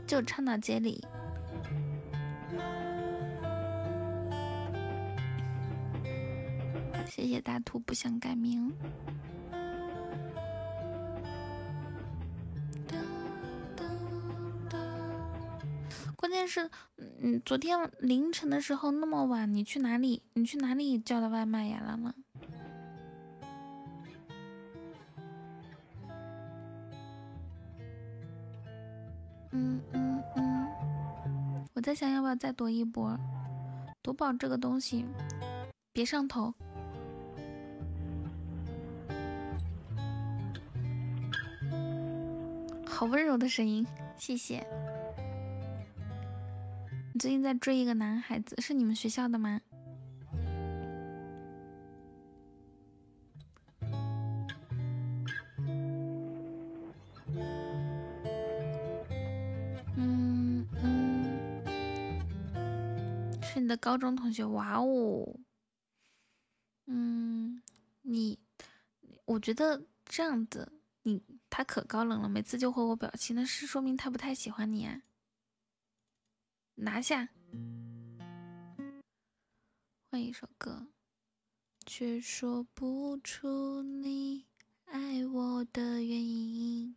就唱到这里。谢谢大图不想改名。关键是，嗯，昨天凌晨的时候那么晚，你去哪里？你去哪里叫的外卖呀，兰兰？嗯嗯嗯，我在想要不要再夺一波，夺宝这个东西，别上头。好温柔的声音，谢谢。你最近在追一个男孩子，是你们学校的吗？嗯嗯，是你的高中同学。哇哦，嗯，你，我觉得这样子，你他可高冷了，每次就回我表情，那是说明他不太喜欢你啊。拿下，换一首歌，却说不出你爱我的原因。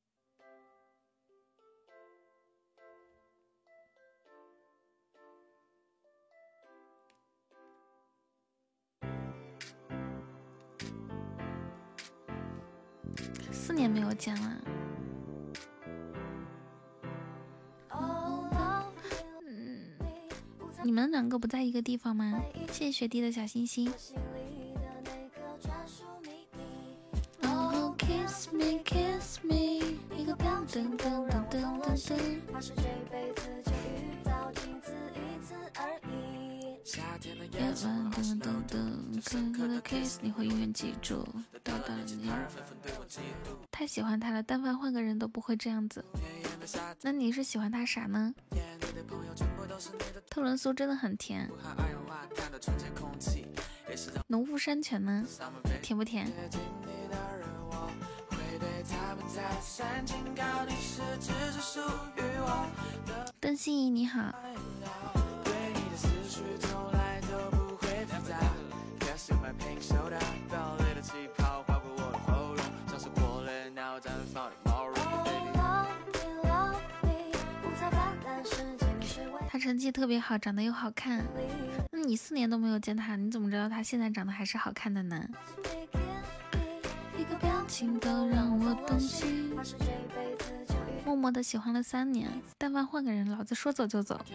四年没有见了。嗯，你们两个不在一个地方吗？谢谢学弟的小心心。Oh, kiss me, kiss me， 一个噔噔噔噔噔噔噔。夜晚噔噔噔，深刻的 kiss 你会永远记住。到达你，太喜欢他了，但凡换个人都不会这样子。那你是喜欢他啥呢？特仑苏真的很甜。农夫山泉呢？甜不甜？邓心怡你好。他成绩特别好，长得又好看。那你四年都没有见他，你怎么知道他现在长得还是好看的呢？一个表情都让我动心，默默的喜欢了三年，但凡换个人，老子说走就走。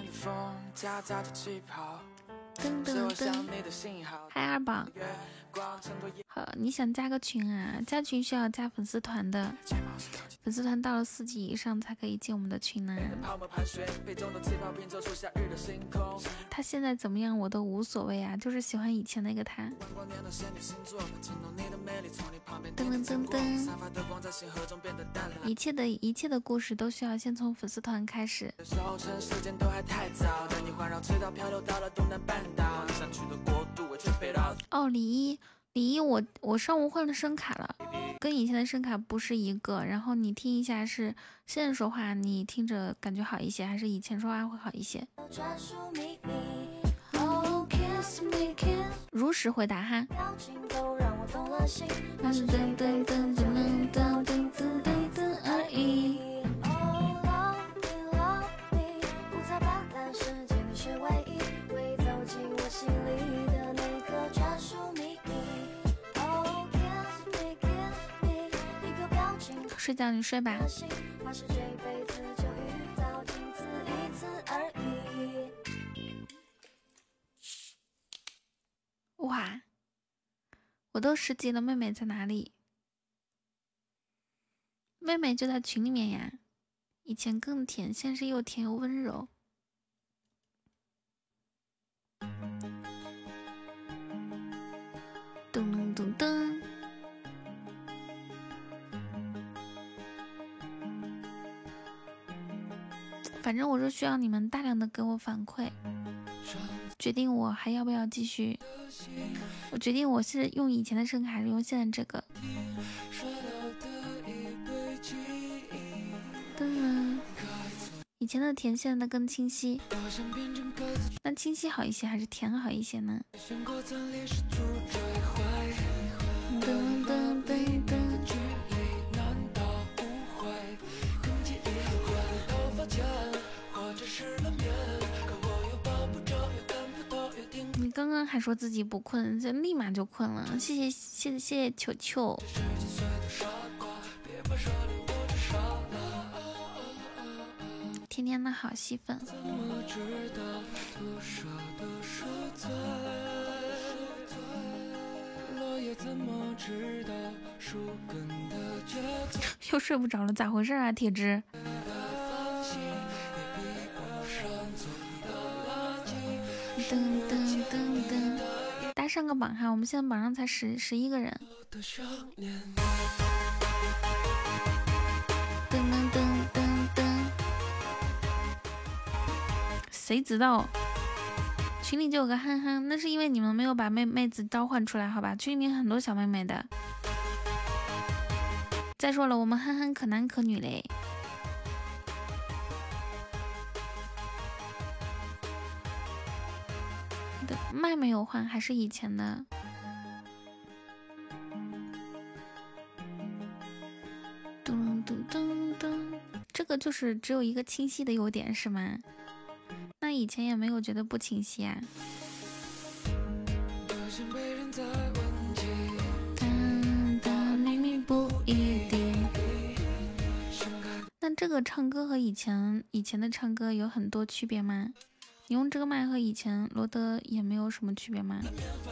噔噔噔，嗨二宝，好，你想加个群啊？加群需要加粉丝团的，粉丝团到了四级以上才可以进我们的群呢。他现在怎么样我都无所谓啊，就是喜欢以前那个他。噔噔噔噔，一切的一切的故事都需要先从粉丝团开始。哦，李一，李一，我我上午换了声卡了，跟以前的声卡不是一个。然后你听一下，是现在说话你听着感觉好一些，还是以前说话会好一些？如实回答哈。噔噔噔噔噔噔噔噔噔而已。睡觉你睡吧。哇，我都十级了，妹妹在哪里？妹妹就在群里面呀。以前更甜，现在是又甜又温柔。噔噔噔噔。反正我是需要你们大量的给我反馈，决定我还要不要继续。我决定我是用以前的声卡还是用现在这个。噔了， 以前的甜现在的更清晰，那清晰好一些还是甜好一些呢？噔噔噔噔。你刚刚还说自己不困，这立马就困了。谢谢谢谢谢谢球球。天天的好戏份。又睡不着了，咋回事啊，铁汁？噔噔噔噔，大家上个榜哈，我们现在榜上才十十一个人。噔噔噔噔噔，谁知道？群里就有个憨憨，那是因为你们没有把妹妹子召唤出来，好吧？群里面很多小妹妹的。再说了，我们憨憨可男可女嘞。麦没有换，还是以前的。噔噔噔噔，这个就是只有一个清晰的优点是吗？那以前也没有觉得不清晰啊。明明不一定。那这个唱歌和以前以前的唱歌有很多区别吗？你用这个麦和以前罗德也没有什么区别吗？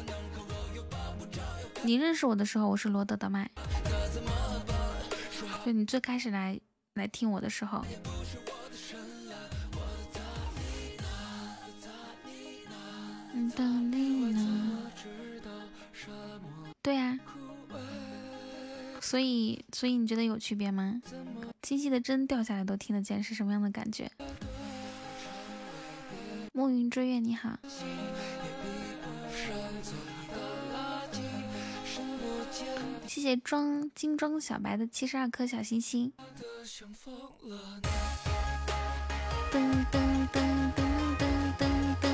你认识我的时候我是罗德的麦，就你最开始来来听我的时候。对呀、啊，所以所以你觉得有区别吗？清晰的针掉下来都听得见，是什么样的感觉？暮云追月你好，谢谢装精装小白的七十二颗小星星。噔噔噔噔噔噔噔，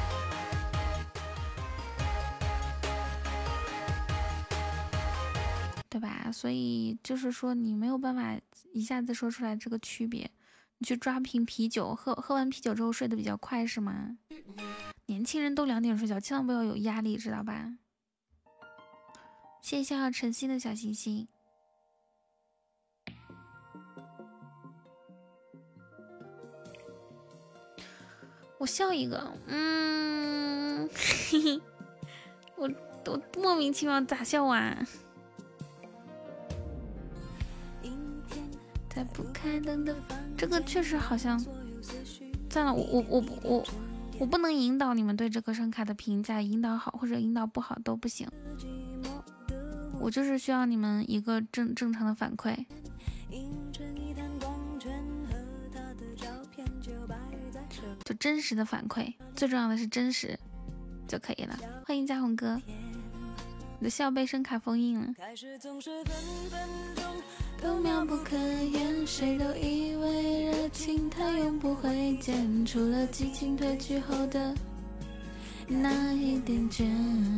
对吧？所以就是说你没有办法一下子说出来这个区别。你去抓瓶啤酒，喝喝完啤酒之后睡得比较快是吗？年轻人都两点睡觉，千万不要有压力，知道吧？谢谢笑笑晨曦的小星星。我笑一个，嗯，嘿嘿，我我莫名其妙咋笑啊？在不开灯的这个确实好像，算了，我我我我我不能引导你们对这个声卡的评价，引导好或者引导不好都不行，我就是需要你们一个正正常的反馈。就真实的反馈，最重要的是真实就可以了。欢迎嘉宏哥，你的笑被声卡封印了。都妙不可言，谁都以为热情它永不会减，除了激情褪去后的那一点倦。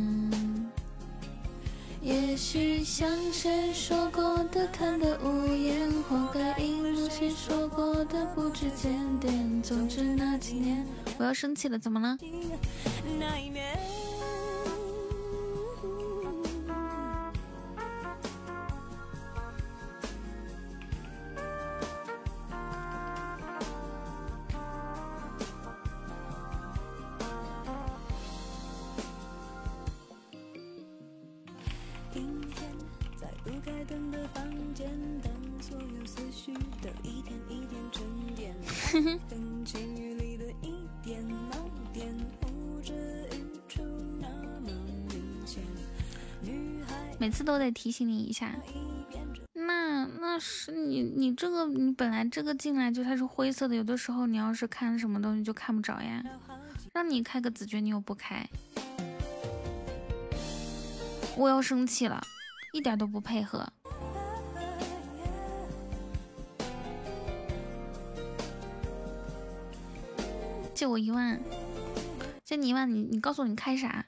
也许像谁说过的贪得无厌，活该应了谁说过的不知检点。总之那几年，我要生气了，怎么了？那一面每次都得提醒你一下，那那是你你这个你本来这个进来就它是灰色的，有的时候你要是看什么东西就看不着呀，让你开个子爵你又不开，我要生气了，一点都不配合。 借我一万，借你一万，你你告诉我你开啥？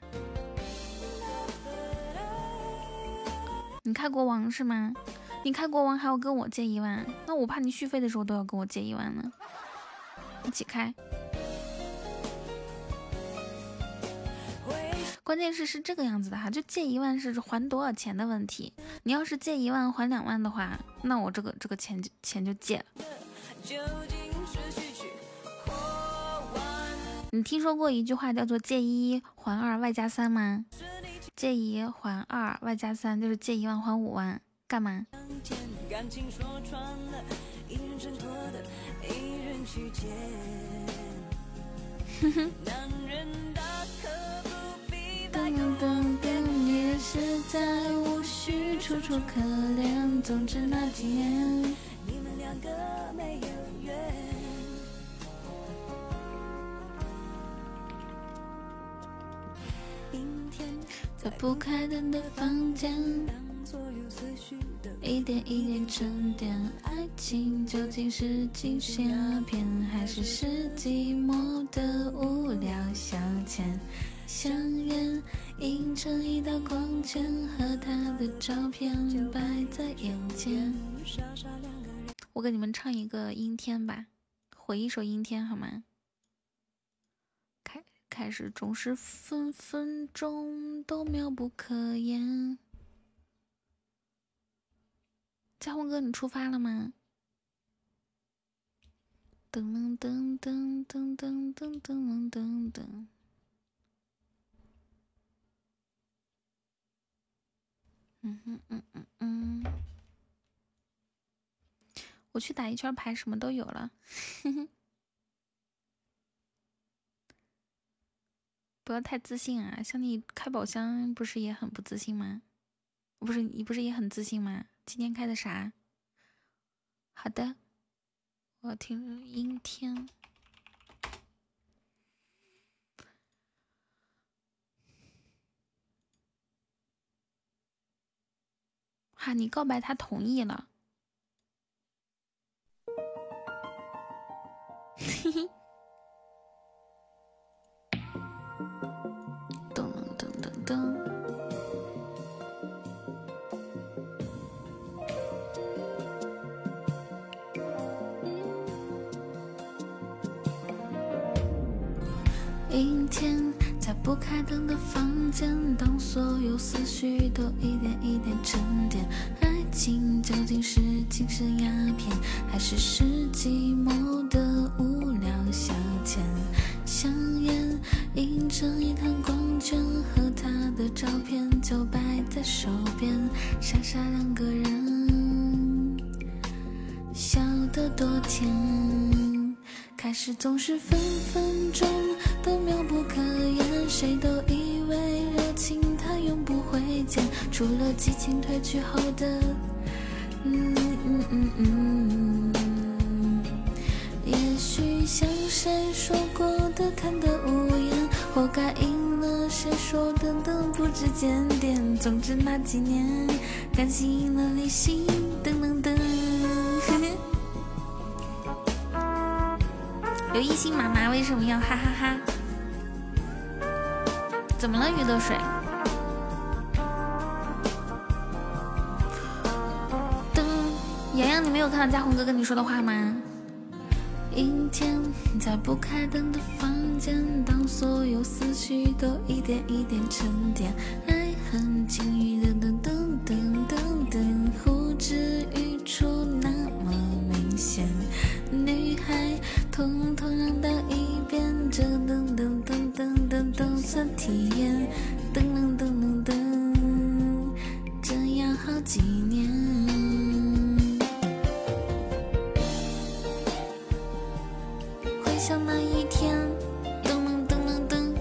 你开国王是吗？你开国王还要跟我借一万，那我怕你续费的时候都要跟我借一万呢。一起开。关键是是这个样子的哈，就借一万是还多少钱的问题。你要是借一万还两万的话，那我这个这个钱就钱就借了。你听说过一句话叫做借一还二外加三吗？借一还二外加三就是借一万还五万，干嘛？哼哼。噔噔噔，你实在无需楚楚可怜。总之那几年，你们两个没有缘。在不开灯的房间，一点一点沉淀。爱情究竟是精神鸦片，还是是寂寞的无聊消遣？香烟映成一道光圈，和他的照片摆在眼前。我给你们唱一个阴天吧，回一首阴天好吗？开开始总是分分钟都妙不可言。嘉宏哥，你出发了吗？噔噔噔噔噔噔噔噔噔。嗯嗯嗯嗯嗯，我去打一圈牌，什么都有了。不要太自信啊！像你开宝箱，不是也很不自信吗？不是你不是也很自信吗？今天开的啥？好的，我要听阴天。哈，你告白他同意了。嘿嘿。噔噔噔噔。阴天，在不开灯的房间，当所有思绪都一点一点沉淀。爱情究竟是精神鸦片，还是是寂寞的无聊消遣？香烟映成一滩光圈，和他的照片就摆在手边，傻傻两个人，笑得多甜。开始总是分分钟都妙不可言，谁都以为热情它永不会减，除了激情褪去后的嗯嗯嗯嗯。也许像谁说过的看得无言，活该应了谁说的等不知检点。总之那几年，感性赢了理性，噔噔噔。有异性妈妈为什么要哈哈哈？怎么了，鱼的水？噔，洋洋，你没有看到嘉宏哥跟你说的话吗？阴天，在不开灯的房间，当所有思绪都一点一点沉淀，爱恨情欲的噔噔噔噔噔，呼之欲出那么明显。女孩统统让到一边，这噔噔噔噔噔噔算体验，噔噔噔噔噔，这样好几年。回想那一天，噔噔噔噔噔。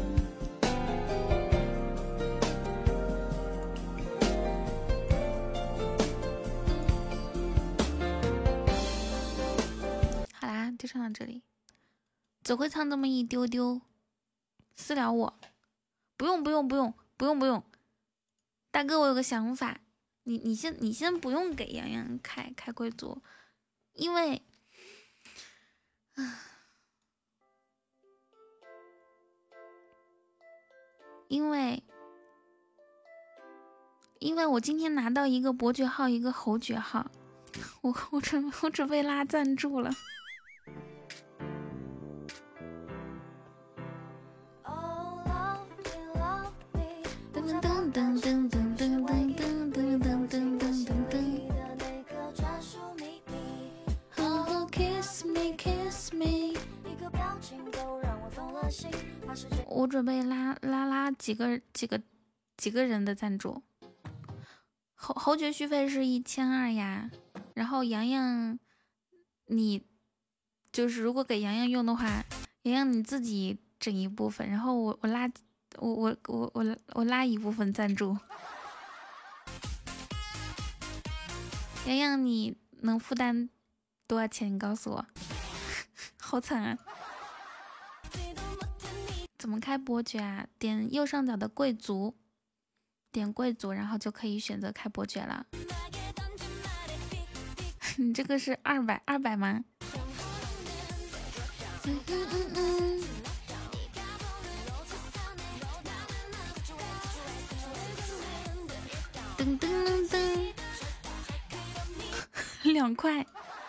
好啦，就唱到这里。只会唱这么一丢丢，私聊我。不用不用不用不用不用，大哥，我有个想法，你你先你先不用给洋洋开开贵族，因为，啊， 因为因为我今天拿到一个伯爵号，一个侯爵号，我我准我准备拉赞助了。噔噔噔噔噔噔噔噔噔噔噔噔噔噔。Oh kiss me kiss me。我准备拉拉拉几个几个几个人的赞助。侯侯爵续费是一千二呀，然后洋洋，你就是如果给洋洋用的话，洋洋你自己整一部分，然后我我拉我我我我我拉一部分赞助。洋洋你能负担多少钱？你告诉我。好惨啊！怎么开伯爵啊？点右上角的贵族。点贵族，然后就可以选择开伯爵了。你这个是二百二百吗？嗯嗯嗯嗯。噔噔噔，两块。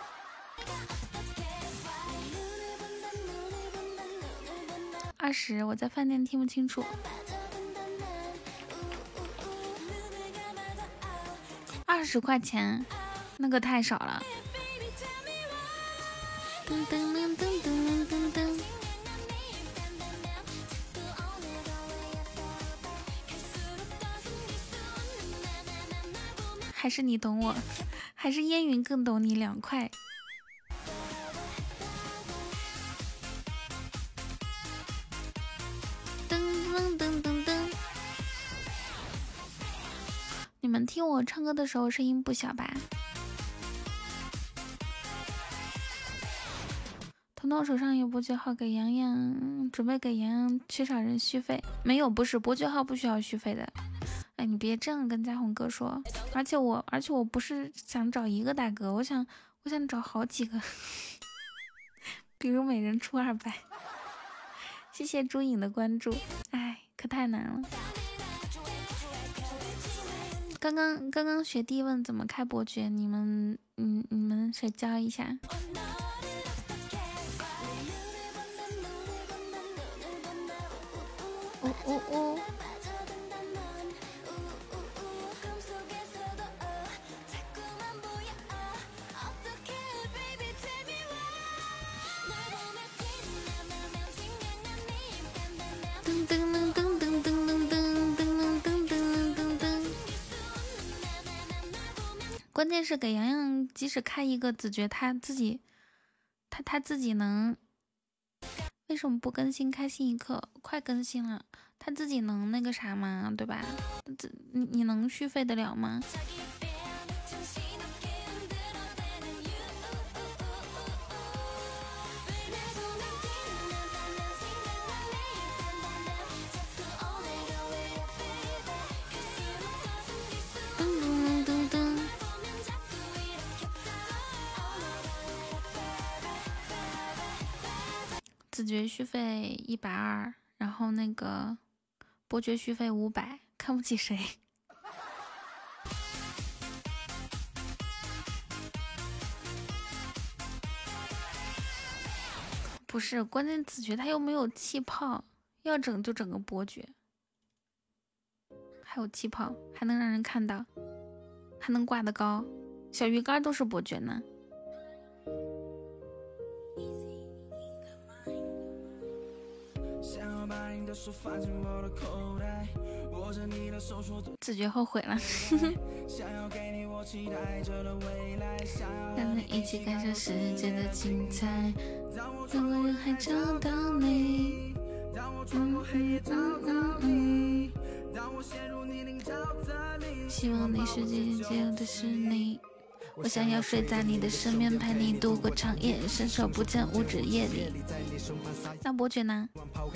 二十，我在饭店听不清楚。二十块钱，那个太少了。噔噔噔噔噔噔噔。还是你懂我，还是烟云更懂你，两块。噔噔噔噔噔。你们听我唱歌的时候声音不小吧？彤彤手上有伯爵号，给洋洋准备给洋洋缺少人续费。没有，不是伯爵号不需要续费的。哎，你别这样跟嘉宏哥说。而且我，而且我不是想找一个大哥，我想，我想找好几个，比如每人出二百。谢谢朱颖的关注。哎，可太难了。刚刚刚刚学弟问怎么开伯爵，你们嗯你们谁教一下？哦哦哦！噔噔噔噔噔噔噔噔噔噔噔噔噔。关键是给洋洋，即使开一个子爵，他自己，他他自己能，为什么不更新开心一刻？快更新了，他自己能那个啥吗？对吧？你你能续费得了吗？子爵续费一百二，然后那个伯爵续费五百，看不起谁？不是，关键子爵他又没有气泡，要整就整个伯爵，还有气泡，还能让人看到，还能挂得高，小鱼干都是伯爵呢。子爵后悔了。让你一起感受世界的精彩，让我人海找到你。嗯嗯嗯嗯，希望你世界接的是你。我想要睡在你的身边，陪你度过长夜，伸手不见五指夜里。那伯爵呢？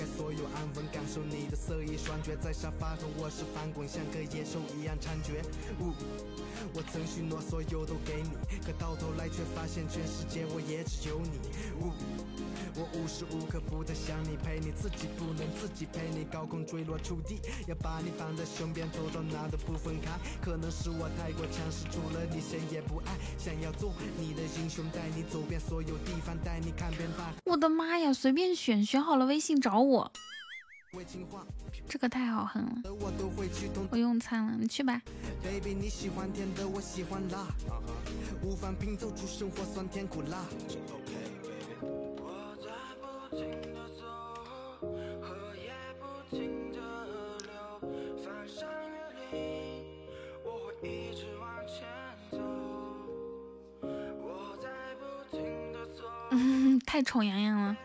我曾许诺所有都给你，可到头来却发现全世界我也只有你。 我无时无刻不在想你，陪你自己不能自己陪你，高空坠落触地，要把你放在胸边，走到哪都不分开。可能是我太过强势，除了你谁也不爱，想要做你的英雄，带你走遍所有地方，带你看遍大。 我的妈呀，随便选，选好了微信找我，这个太好恨了，我用餐了，你去吧。 Baby 你喜欢甜的，我喜欢辣，无法拼凑出生活酸甜苦辣。我在不停地走，河也不停地流，翻山越岭，我会一直往前走。我在不停地走， 嗯，太宠洋洋了。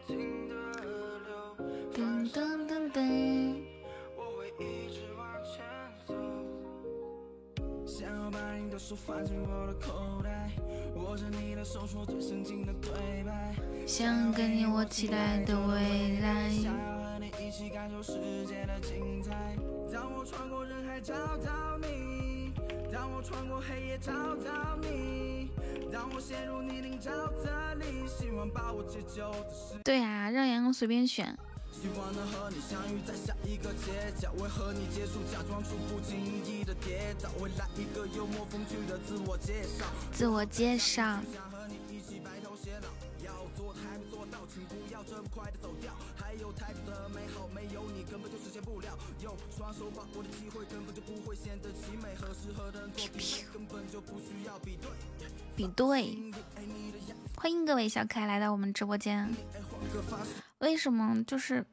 噔噔噔噔。 我会一直往前走。想要把你的手放进我的口袋，握着你的手说最深情的对白， 想跟你我期待的未来， 想要和你一起感受世界的精彩。当我穿过人海找到你，当我穿过黑夜找到你，当我陷入泥泞沼泽里，希望把我解救的是。 对啊，让洋洋随便选。 希望能和你相遇在下一个街角，为和你结束假装出不经意的跌倒，未来一个幽默风趣的自我介绍。 自我介绍。 想和你一起白头偕老，要做的还没做到，请不要这么快的走掉。还有太多的美好，没有你根本就实现不了。用双手把握的机会，根本就不会显得奇美。合适合的人做比对，根本就不需要比对。 比对。欢迎各位小可爱来到我们直播间。为什么就是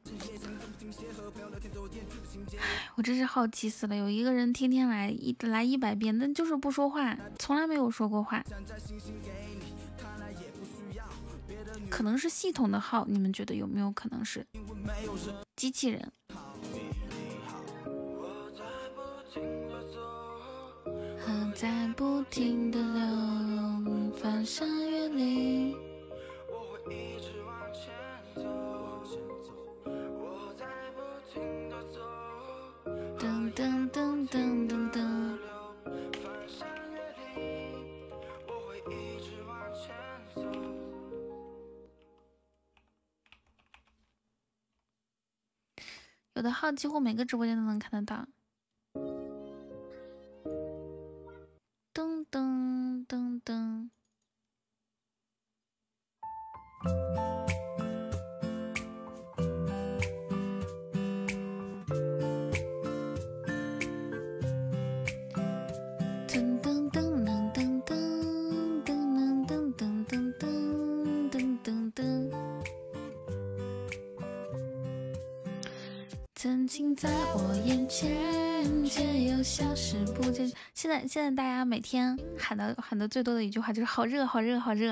我真是好奇死了，有一个人天天来一来一百遍，但就是不说话，从来没有说过话。可能是系统的号，你们觉得有没有可能是机器人？河在不停的流，翻山越岭。噔噔噔噔噔噔。有的号几乎每个直播间都能看得到。噔噔噔噔。噔噔噔噔噔噔噔噔噔噔噔噔噔噔。曾经在我眼前，却又消失不见。现在现在大家每天喊的喊的最多的一句话就是好热好热好热。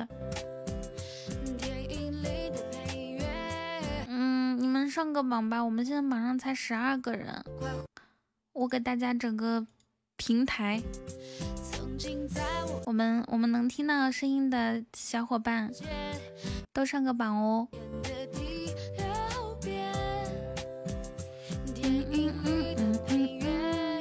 嗯，你们上个榜吧，我们现在榜上才十二个人，我给大家整个平台。我们我们能听到声音的小伙伴都上个榜哦。嗯嗯嗯嗯嗯。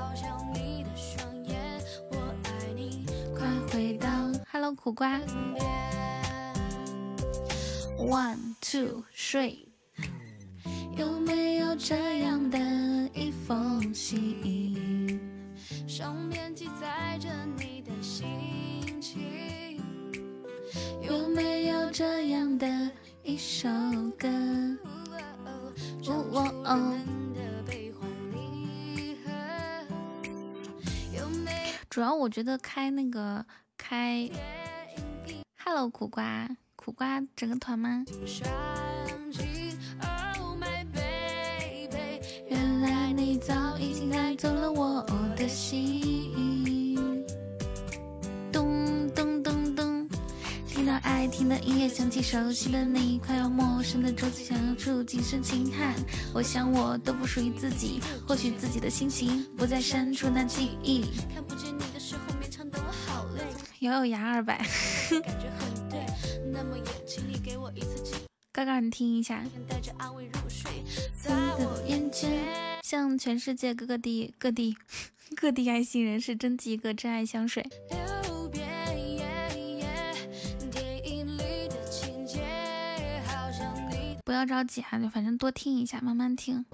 快回到 Hello 苦瓜。One two three。有没有这样的一封信？上面记载着你的心情，有没有这样的一首歌？哦哦哦，主要我觉得开那个开 Hello 苦瓜苦瓜整个团吗？原来你早已经带走了我的心。咚咚咚咚，听到爱听的音乐，想起熟悉的你，快要陌生的周期，想要触景生情汉。我想我都不属于自己，或许自己的心情不再删除那记忆。看不见你的时候，勉强的我好累。咬咬牙二百。感觉很对，那么也请你给我一次机会。刚刚你听一下。在我眼前，向全世界各个地各地各地爱心人士征集一个真爱香水。电影里的情节好要着急啊，就反正多听一下，慢慢听。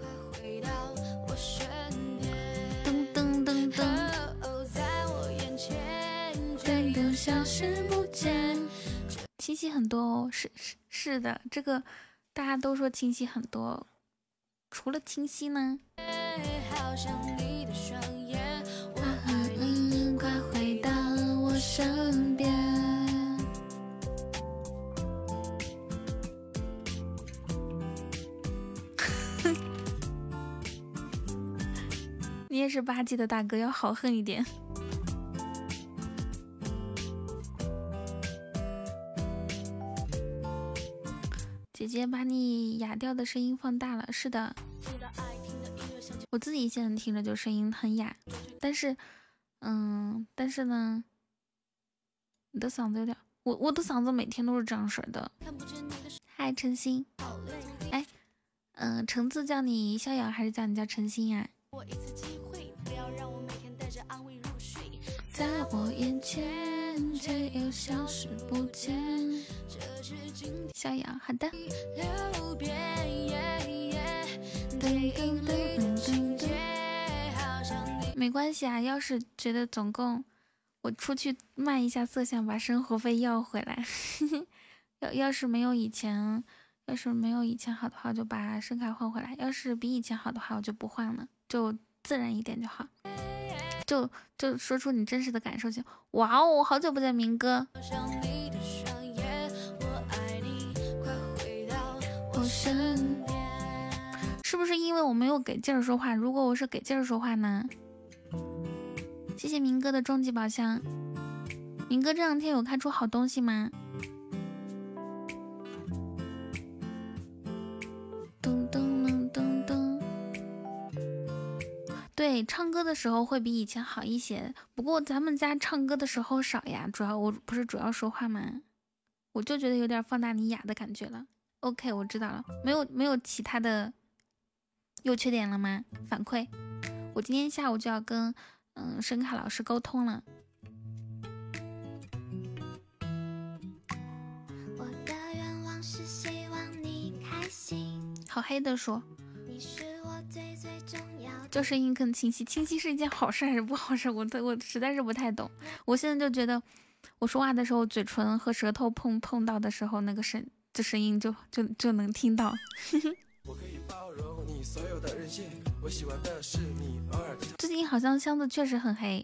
噔噔噔噔，噔噔消失不见。清晰很多哦，是是是的，这个大家都说清晰很多，除了清晰呢？嗯，快回到我身边。你也是八 G 的大哥，要豪横一点。姐姐把你哑掉的声音放大了，是的，我自己现在听着就声音很哑，但是，嗯，但是呢，你的嗓子有点，我我的嗓子每天都是这样式的。嗨，陈星，哎，嗯、呃，橙子叫你逍遥还是叫你叫陈星呀？在我眼前，却又消失不见。逍遥，好的。没关系啊，要是觉得总共我出去卖一下色相，把生活费要回来。要要是没有以前，要是没有以前好的话，就把声卡换回来；要是比以前好的话，我就不换了，就自然一点就好。就就说出你真实的感受就。哇哦，好久不见明哥。是不是因为我没有给劲儿说话？如果我是给劲儿说话呢？谢谢明哥的终极宝箱。明哥这两天有看出好东西吗？噔噔噔噔噔。对，唱歌的时候会比以前好一些，不过咱们家唱歌的时候少呀，主要我不是主要说话吗？我就觉得有点放大你哑的感觉了。OK， 我知道了，没有没有其他的优缺点了吗？反馈，我今天下午就要跟嗯声卡老师沟通了。我的愿望是希望你开心。好黑的说，你是我最最重要的。就声音更清晰，清晰是一件好事还是不好事？我我实在是不太懂。我现在就觉得，我说话的时候，嘴唇和舌头碰碰到的时候，那个声这声音就就就能听到。我可以包容你所有的任性，我喜欢的是你偶尔的。最近好像箱子确实很黑。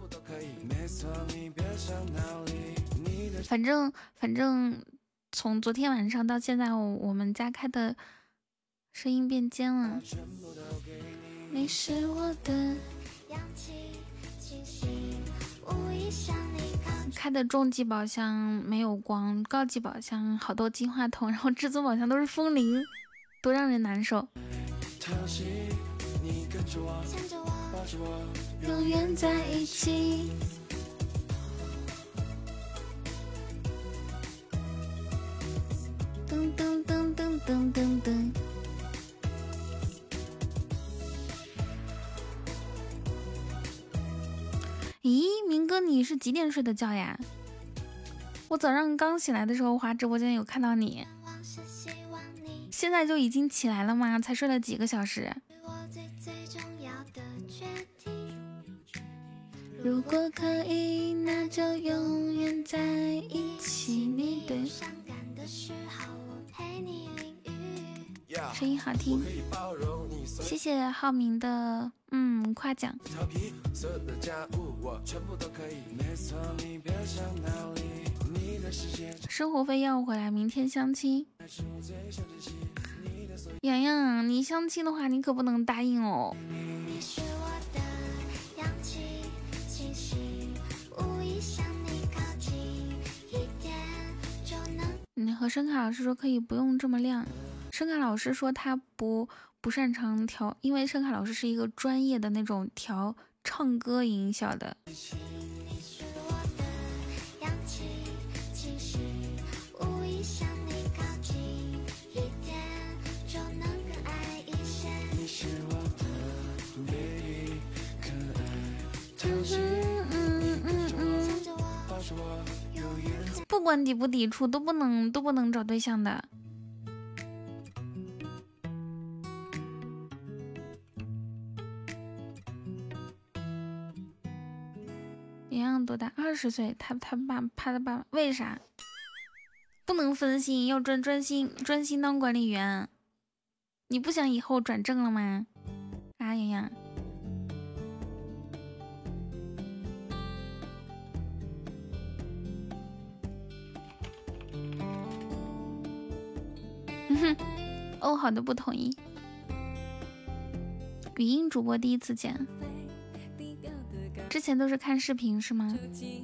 反正反正从昨天晚上到现在，我我们家开的声音变尖了。你是我的开的中级宝箱没有光，高级宝箱好多金话筒，然后至尊宝箱都是风铃，多让人难受。永远在一起。噔噔噔噔噔噔噔。咦，明哥，你是几点睡的觉呀？我早上刚起来的时候滑直播间有看到你，现在就已经起来了吗？才睡了几个小时？如果可以，那就永远在一起。你对声音好听，谢谢浩明的嗯夸奖。生活费要回来，明天相亲。洋洋，你相亲的话，你可不能答应哦。你和声卡老师说可以不用这么亮。声卡老师说他不不擅长调，因为声卡老师是一个专业的那种调唱歌音效的。不管抵不抵触，都不能都不能找对象的。 洋洋多大？二十岁。他他爸他的爸爸为啥？不能分心，要专专心专心当管理员。你不想以后转正了吗？啊，洋洋。嗯哼，哦，好的，不同意。语音主播第一次见，之前都是看视频是吗？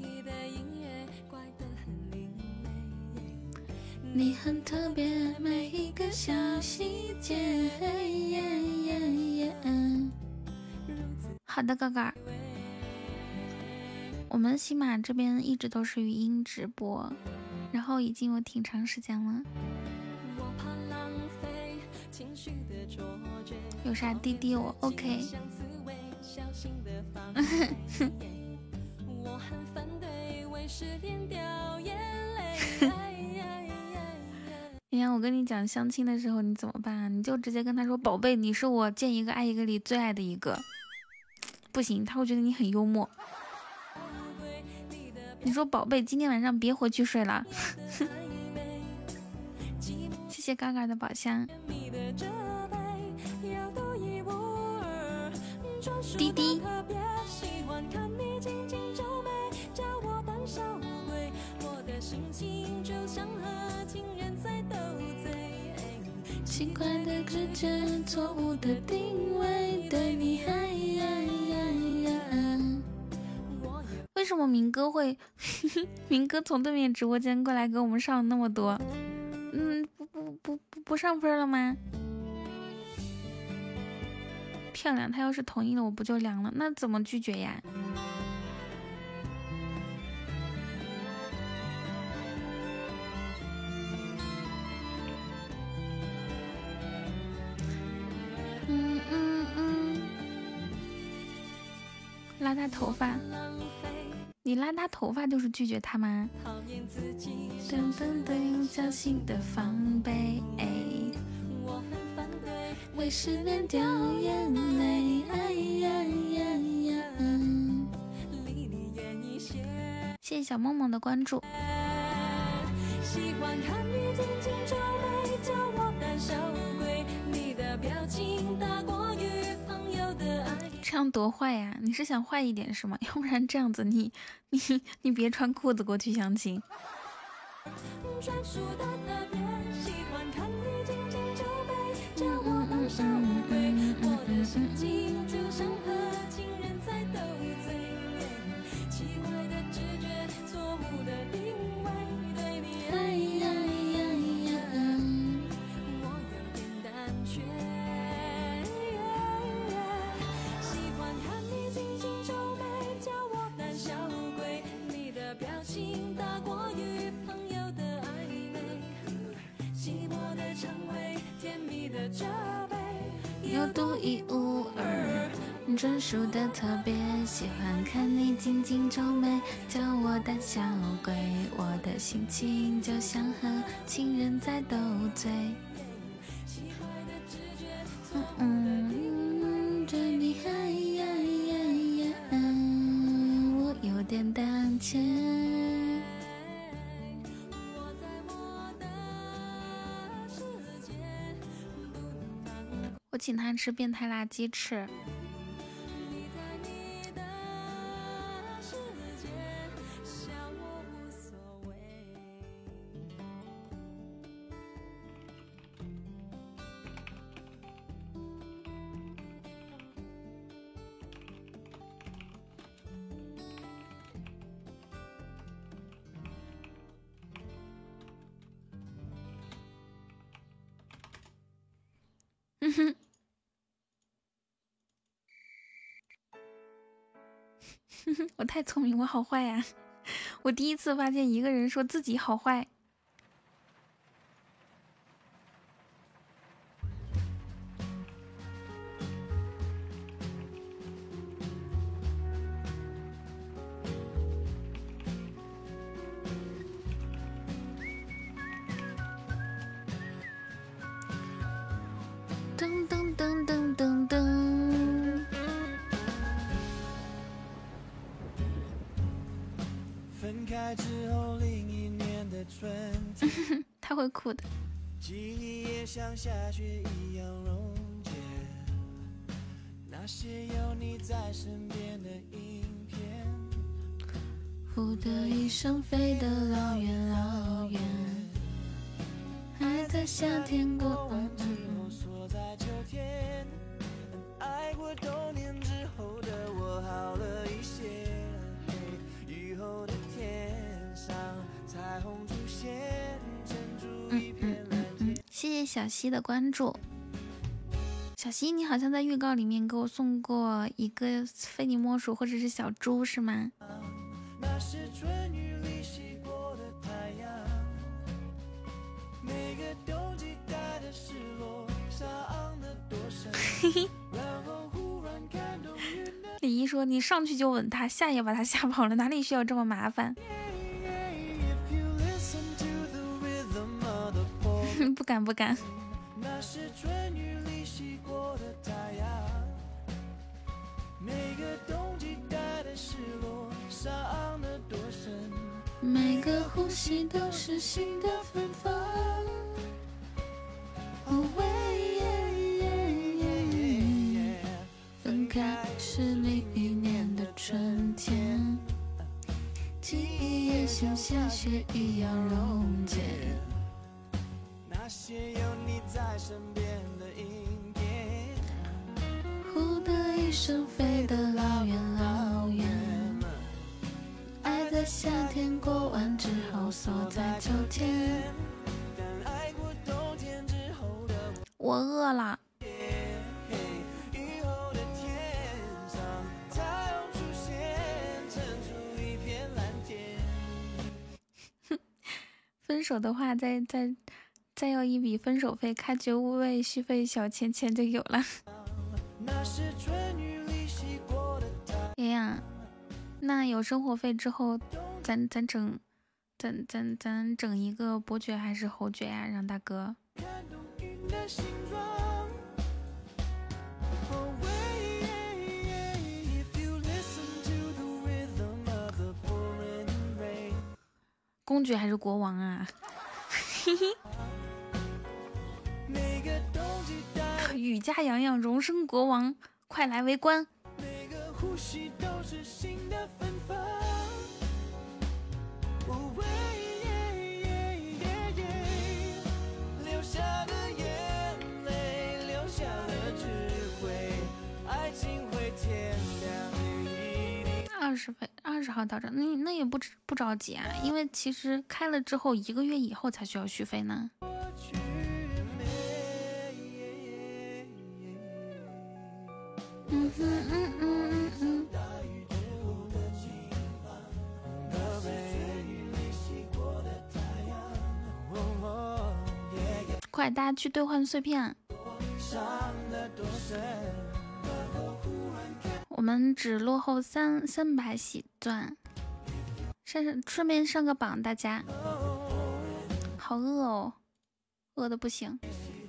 你很特别，每一个小细节。好的，哥哥。我们喜马这边一直都是语音直播，然后已经有挺长时间了。有啥滴滴我 OK。哎呀，我跟你讲相亲的时候你怎么办啊？你就直接跟他说，宝贝，你是我见一个爱一个里最爱的一个。不行，他会觉得你很幽默。你说宝贝，今天晚上别回去睡了。谢谢嘎嘎的宝箱。滴滴。奇怪的直觉，错误的定位，对你爱呀呀呀。为什么明哥会明哥从对面直播间过来给我们上了那么多？嗯，不不不不不上分了吗？漂亮，他要是同意了，我不就凉了？那怎么拒绝呀？嗯嗯嗯，拉他头发，你拉他头发就是拒绝他吗？噔噔噔，小心的防备。为失恋掉眼泪，哎呀呀呀！谢谢小梦梦的关注。喜欢看你紧紧皱眉，叫我胆小鬼，你的表情大过于朋友的爱。这样多坏呀！你是想坏一点是吗？要不然这样子你你你别穿裤子过去相亲。专属的特别，喜欢看你紧紧皱眉，叫我胆小鬼，我的心情就像和情人在斗嘴，奇怪的直觉，错误的定位，对你爱呀呀呀，我有点胆怯，喜欢看你紧紧皱眉，叫我胆小鬼，你的表情大过于朋友的暧昧，寂寞的称谓，甜蜜的责备，有独一无二，专属的特别，喜欢看你紧紧皱眉，叫我胆小鬼，我的心情就像和情人在斗嘴。嗯嗯，对你爱呀呀呀，我有点胆怯。我请他吃变态辣鸡翅。嗯哼，我太聪明，我好坏呀！我第一次发现一个人说自己好坏。噔噔噔噔噔噔。 分开之后另一年的春天他会哭的。 记忆也像下雪一样溶解，那些有你在身边的影片， 忽的一声飞得老远老远，还在夏天过完之后锁在秋天，爱过冬年之后的我好了一些，雨后的天上彩虹出现，珍珠一片蓝天。 谢谢小溪的关注。小溪，你好像在预告里面给我送过一个非你莫属或者是小猪是吗？ 那是春雨里洗过的太阳，每个冬季带的失落伤得多深，然后忽然看懂云的李一说你上去就吻他，下也把他吓跑了，哪里需要这么麻烦？不敢不敢。 那是春雨里洗过的太阳，每个冬季带的失落伤得多深， 每个呼吸都是新的芬芳。哦喂，分开是另一年的春天，记忆也像下雪一样溶解。 那些有你在身边的影片， 忽的一声飞得老远老远，爱在夏天过完之后锁在秋天。 但爱过冬天之后的我饿了。 雨后的天上彩虹出现，珍珠一片蓝天。 分手的话再再再要一笔分手费，开觉无味续费小钱钱就有了。 那是春雨里洗过的太阳。 爷呀，那有生活费之后，咱咱整，咱咱咱整一个伯爵还是侯爵呀、啊？让大哥。 看懂云的形状。Oh, if you listen to the rhythm of the pouring rain. 公爵还是国王啊？嘿嘿。雨家洋洋，荣升国王，快来围观！ 每个呼吸都是新的芬芳。哦流下的眼泪，流下了智慧，爱情会天亮一定。 二十分，二十号到账，那那也不不着急啊，因为其实开了之后一个月以后才需要续费呢。嗯嗯嗯嗯嗯。快，大家去兑换碎片。我们只落后三三百喜钻，上顺便上个榜，大家。好饿哦，饿的不行。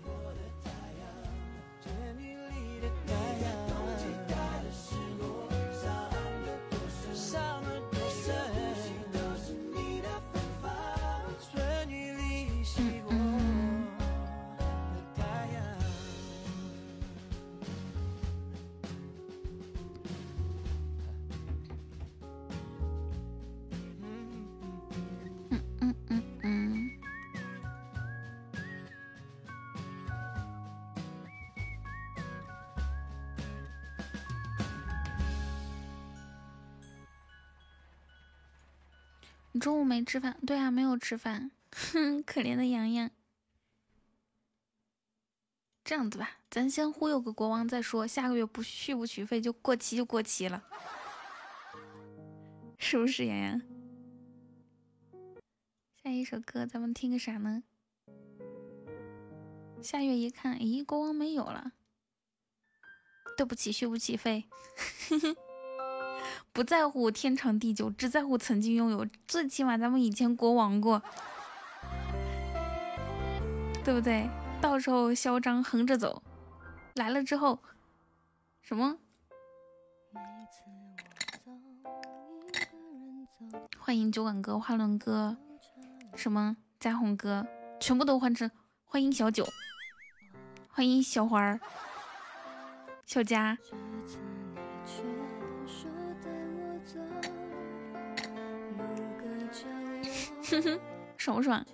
你中午没吃饭？对啊，没有吃饭。哼，可怜的洋洋。这样子吧，咱先忽悠个国王再说，下个月不续不取费就过期就过期了，是不是洋洋？下一首歌咱们听个啥呢？下月一看，咦，国王没有了，对不起，续不起费。不在乎天长地久，只在乎曾经拥有。最起码咱们以前国王过，对不对？到时候嚣张横着走，来了之后，什么？ 欢迎酒馆哥、花轮哥，什么嘉宏哥，全部都换成欢迎小九，欢迎小花儿、小佳。哼哼，爽不爽？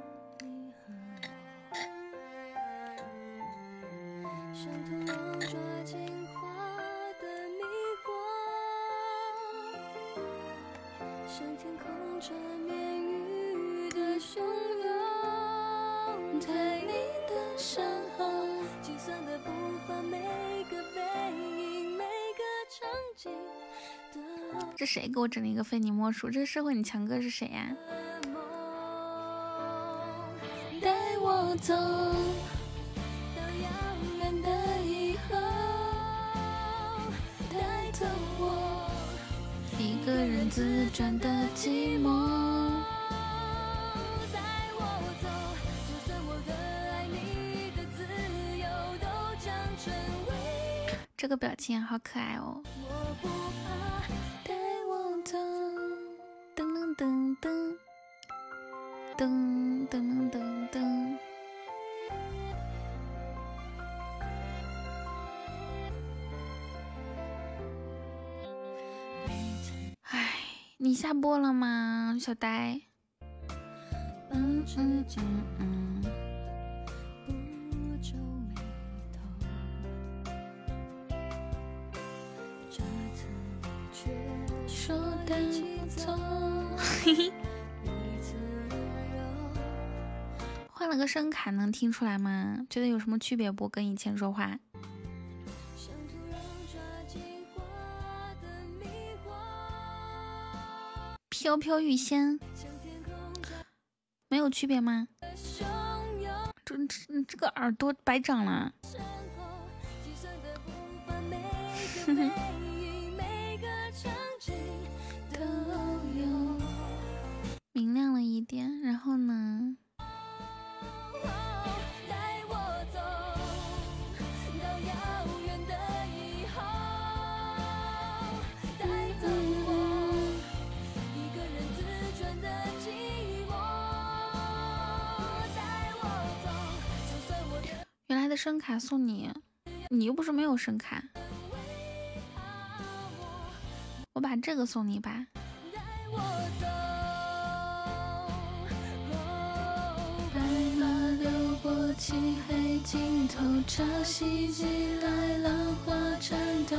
这谁给我整了一个非你莫属？这社会你强哥是谁呀、啊？带我走到遥远的以后，带走我一个人自转的寂寞。带我走，就算我的爱你的自由都将成为。这个表情好可爱哦。我不怕，带我走，噔噔噔噔噔噔噔。唉，你下播了吗，小呆？嗯嗯嗯嗯。说带我走。嘿嘿。换了个声卡，能听出来吗？觉得有什么区别不？跟以前说话？飘飘欲仙，没有区别吗？这这这个耳朵白长了。哼哼。明亮了一点，然后呢？原来的声卡送你，你又不是没有声卡，我把这个送你吧。漆黑尽头，潮汐袭来，浪花颤抖。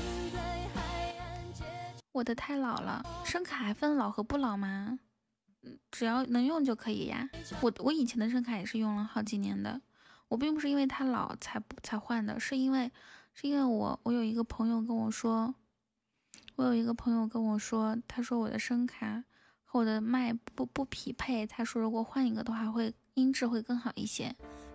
我的太老了，声卡还分老和不老吗？只要能用就可以呀。我我以前的声卡也是用了好几年的，我并不是因为它老才才换的，是因为是因为我我有一个朋友跟我说，我有一个朋友跟我说，他说我的声卡和我的麦不不匹配，他说如果换一个的话会音质会更好一些。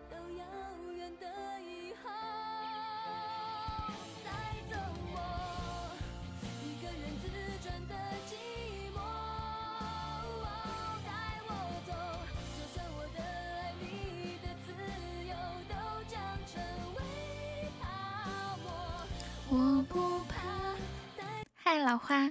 我不怕。嗨，老花。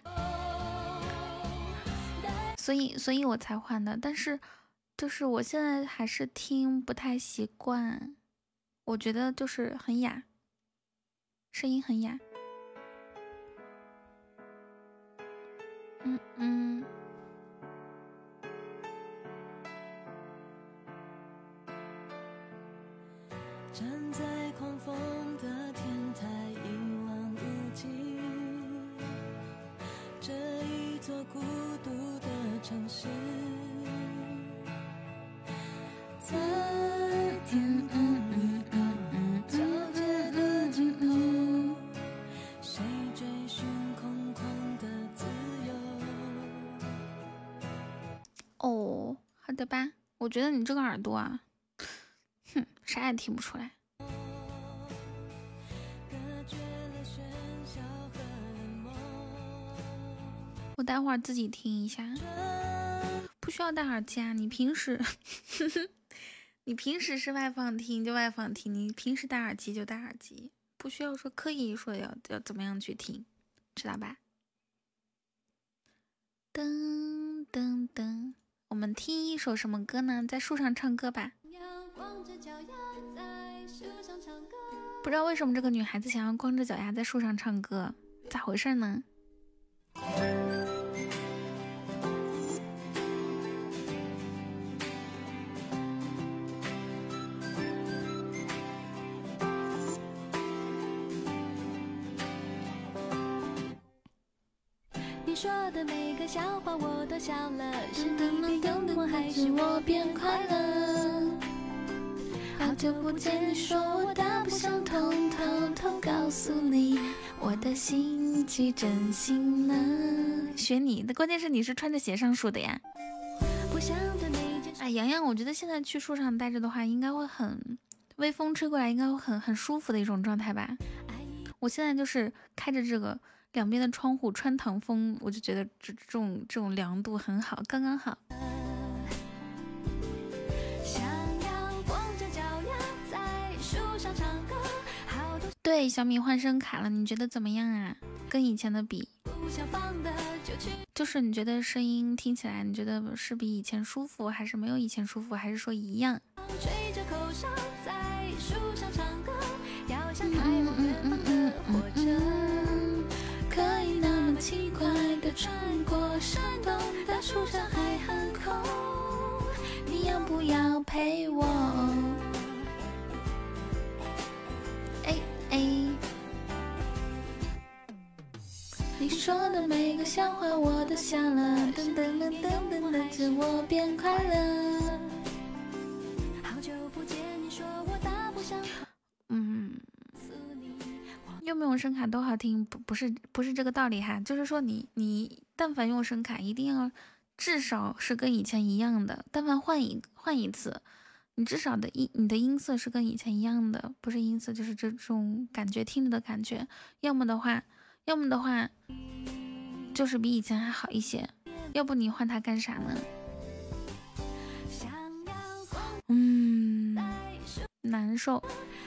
所以，所以我才换的。但是，就是我现在还是听不太习惯。我觉得就是很哑，声音很哑。嗯嗯。站在狂风的天台，一望无际，这一座孤独的城市，在天空交界的尽头，谁追寻空旷的自由？哦，好的吧，我觉得你这个耳朵啊，哼，啥也听不出来。我待会儿自己听一下，不需要戴耳机啊。你平时，你平时是外放听就外放听，你平时戴耳机就戴耳机，不需要说刻意说要要怎么样去听，知道吧？ 噔噔噔，我们听一首什么歌呢？在树上唱歌吧。不知道为什么这个女孩子想要光着脚丫在树上唱歌，咋回事呢？ 你说的每个笑话我都笑了，是你变幽默还是我变快乐？好久不见，你说我大不相同，偷偷告诉你我的心机真心呢。 学你的，关键是你是穿着鞋上树的呀。哎，洋洋，我觉得现在去树上待着的话，应该会很微风吹过来，应该会很很舒服的一种状态吧。我现在就是开着这个两边的窗户穿堂风，我就觉得这这种这种凉度很好，刚刚好。对，小米换声卡了，你觉得怎么样啊？跟以前的比，就是你觉得声音听起来，你觉得是比以前舒服，还是没有以前舒服，还是说一样？嗯嗯嗯嗯嗯嗯，可以那么轻快地穿过山洞，大树上还很空，你要不要陪我？哎哎，你说的每个笑话我都笑了，噔噔噔噔噔噔，使我变快乐。嗯，用不用声卡都好听，不不是不是这个道理哈，就是说你你但凡用声卡，一定要至少是跟以前一样的，但凡换一换一次，你至少的音你的音色是跟以前一样的，不是音色就是这种感觉听着的感觉，要么的话，要么的话就是比以前还好一些，要不你换它干啥呢？嗯，难受。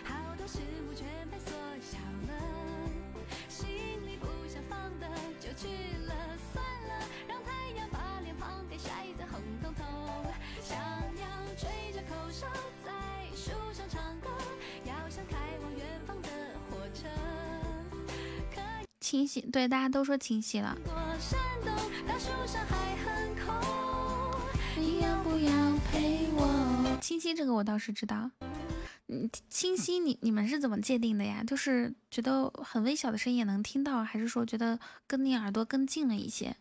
清晰，对，大家都说清晰了。你要不要陪我？清晰这个我倒是知道。嗯，清晰你你们是怎么界定的呀？就是觉得很微小的声音也能听到，还是说觉得跟你耳朵更近了一些？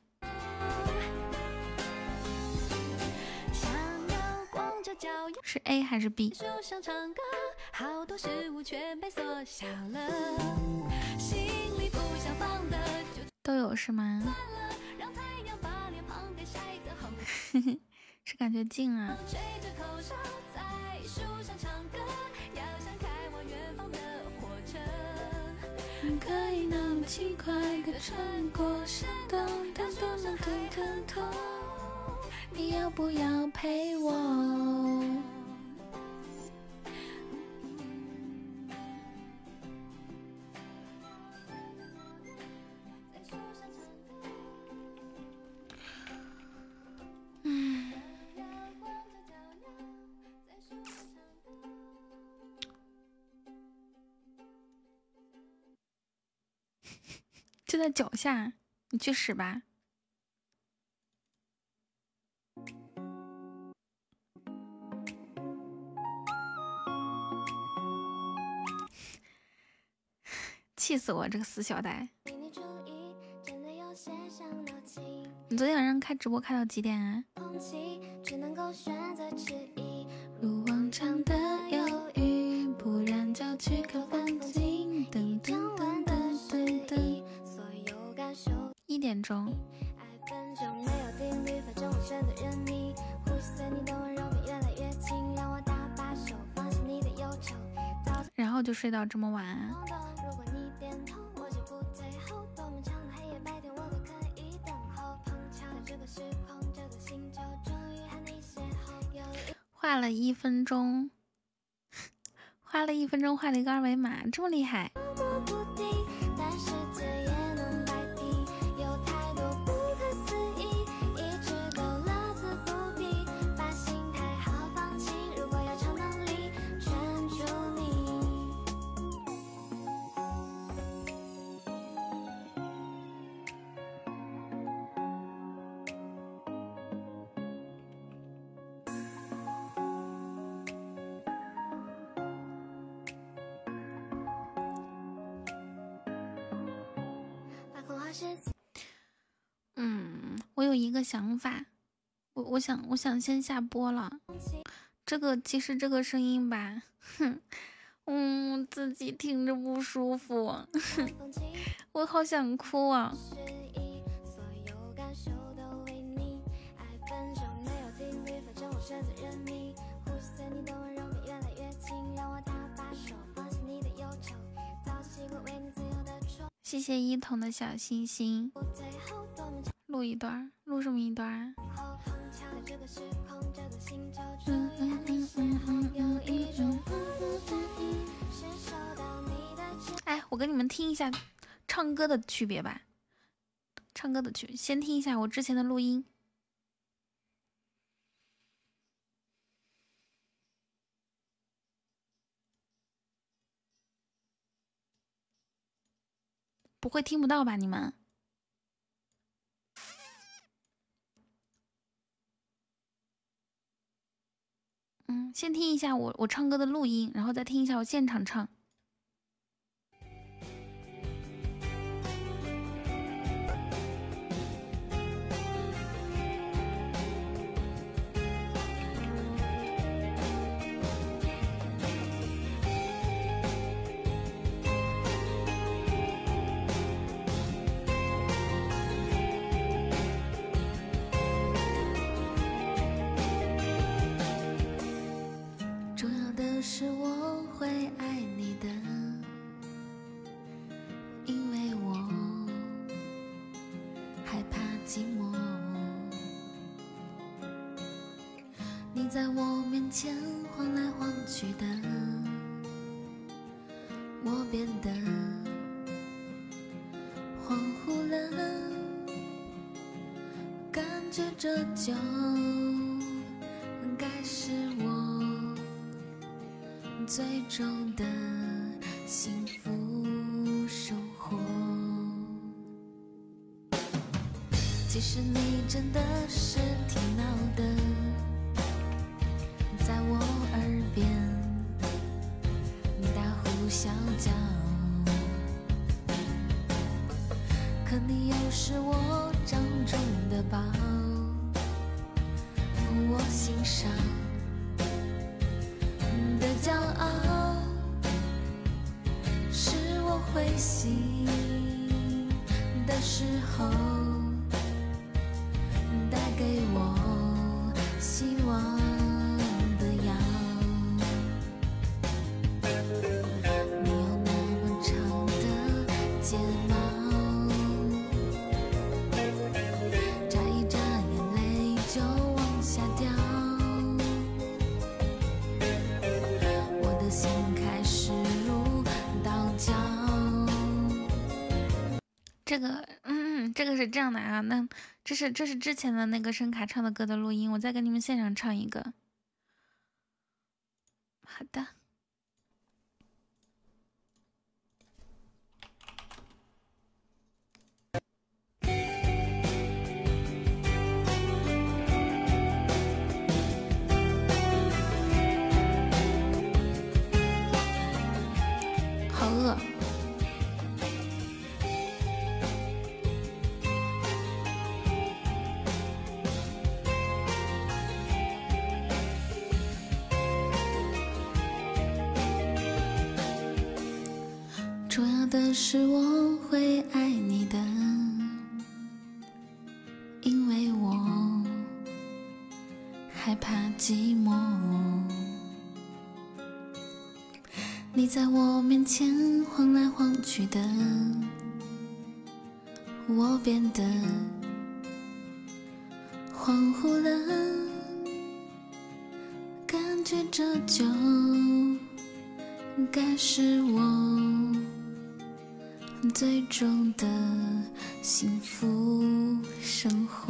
是 A 还是 B？ 都有是吗？是感觉近啊。可以那么轻快地穿过山洞，噔噔噔噔噔噔，你要不要陪我？嗯，就在脚下，你去使吧。气死我这个死小呆！你昨天晚上开直播开到几点啊？如往常的犹豫，不然就去看风景。噔噔噔噔噔噔，一点钟。然后就睡到这么晚啊？画了一分钟，画了一分钟，画了一个二维码，这么厉害！ 嗯，我有一个想法，我我想我想先下播了。这个其实这个声音吧，哼，嗯，自己听着不舒服，哼，我好想哭啊。谢谢一筒的小星星，录一段，录什么一段啊？嗯嗯嗯嗯嗯嗯嗯。哎，我跟你们听一下唱歌的区别吧，唱歌的区别，先听一下我之前的录音。不会听不到吧你们？嗯，先听一下我我唱歌的录音，然后再听一下我现场唱。 是我会爱你的，因为我害怕寂寞。你在我面前晃来晃去的，我变得恍惚了，感觉这就该是我最终的幸福生活。其实你真的是挺闹的，在我耳边大呼小叫，可你又是我掌中的宝，我心上的骄傲，是我灰心的时候带给我希望的药。你有那么长的睫毛，眨一眨眼泪就往下掉，心开始如刀绞。 这个，嗯，这个是这样的啊，那这是这是之前的那个声卡唱的歌的录音，我再给你们现场唱一个。好的。好饿。 重要的是我会爱你的，因为我害怕寂寞。你在我面前晃来晃去的，我变得恍惚了，感觉这就该是我最终的幸福生活。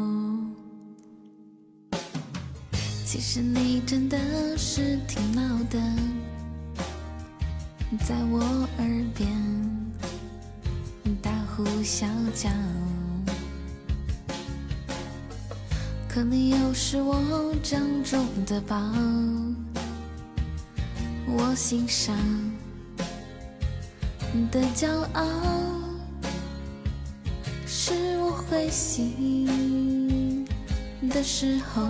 其实你真的是挺闹的，在我耳边大呼小叫，可你又是我掌中的宝，我心上的骄傲， 会醒的时候，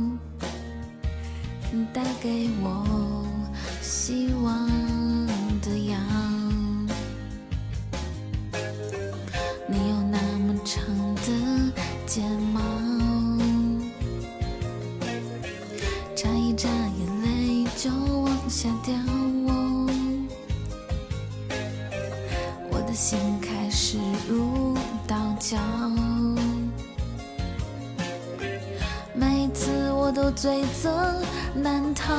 带给我希望的药。你有那么长的睫毛，眨一眨眼泪就往下掉。我的心开始如刀绞，每次我都罪责难逃。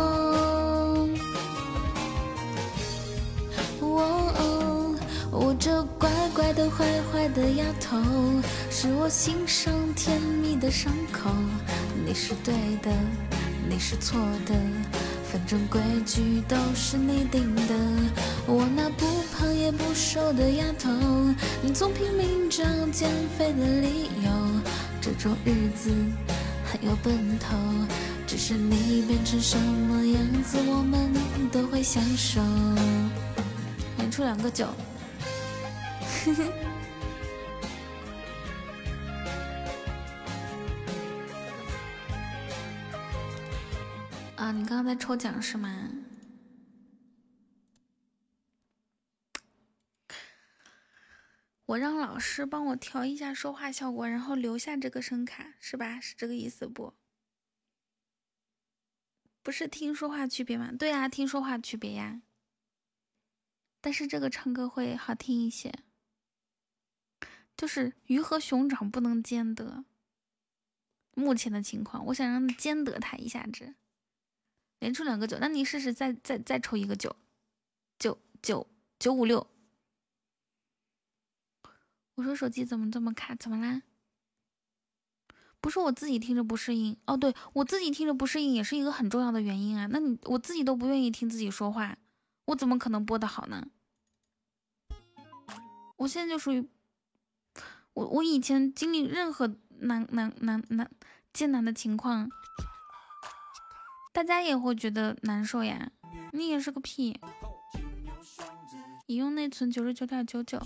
哦，我这乖乖的坏坏的丫头，是我心上甜蜜的伤口。你是对的，你是错的，反正规矩都是你定的。我那不胖也不瘦的丫头，你总拼命找减肥的理由。这种日子很有奔头，只是你变成什么样子，我们都会享受。连出两个九，呵呵。啊，你刚刚在抽奖是吗？我让老师帮我调一下说话效果，然后留下这个声卡，是吧？是这个意思不？不是听说话区别吗？对啊，听说话区别呀。但是这个唱歌会好听一些，就是鱼和熊掌不能兼得。目前的情况，我想让兼得它一下子。连出两个九，那你试试再再再抽一个九，九九九五六。我说手机怎么这么卡？怎么啦？不是我自己听着不适应哦，对我自己听着不适应也是一个很重要的原因啊。那你我自己都不愿意听自己说话，我怎么可能播得好呢？我现在就属于我，我以前经历任何难难难难艰难的情况。大家也会觉得难受呀，你也是个屁。已用内存九十九点九九。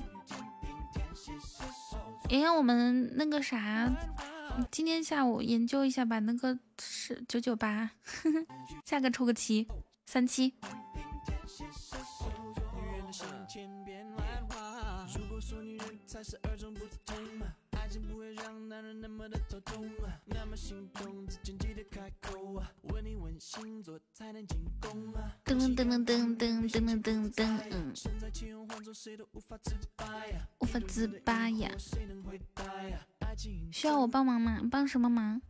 莹莹，我们那个啥，今天下午研究一下，把那个是九九八，下个抽个七，三七。不会让男人那么的头痛，那么心动，只见记得开口，问你问星座才能进攻。噔噔噔噔噔噔噔噔噔，嗯，无法自拔呀。需要我帮忙吗？帮什么忙？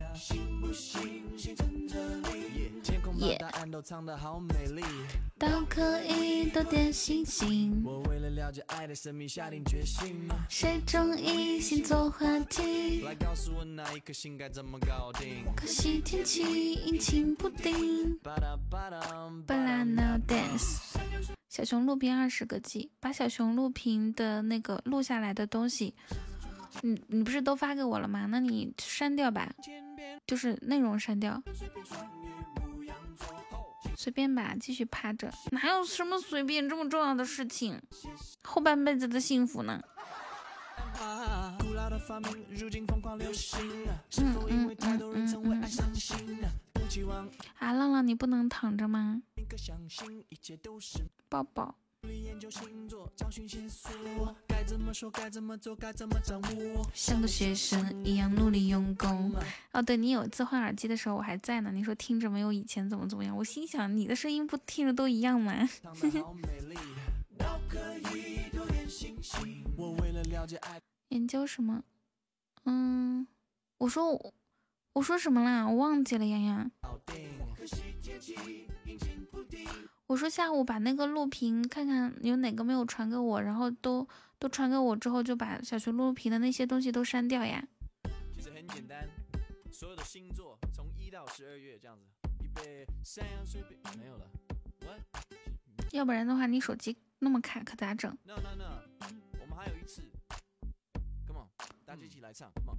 耶、yeah 都可以多点星星。我为了了解爱的神秘下定决心。谁中意星座话题？来告诉我那一颗星该怎么搞定？可惜天气阴晴不定。Banana dance。小熊录屏二十个 G， 把小熊录屏的那个录下来的东西，你你不是都发给我了吗？那你删掉吧，就是内容删掉。随便吧，继续趴着，哪有什么随便这么重要的事情？后半辈子的幸福呢？嗯嗯嗯嗯嗯。啊，浪浪，你不能躺着吗？抱抱。像个学生一样努力用功。哦，对，你有次换耳机的时候我还在呢，你说听着没有以前怎么怎么样，我心想你的声音不听着都一样吗？研究什么？嗯，我说我我说什么啦？我忘记了，洋洋。我说下午把那个录屏看看有哪个没有传给我，然后都都传给我之后，就把小学录屏的那些东西都删掉呀。其实很简单，所有的星座从一到十二月这样子，预备山羊水瓶没有了。要不然的话，你手机那么卡可咋整？ no, no, no. 我们还有一次 ，Come on， 大家一起来唱 ，Come on。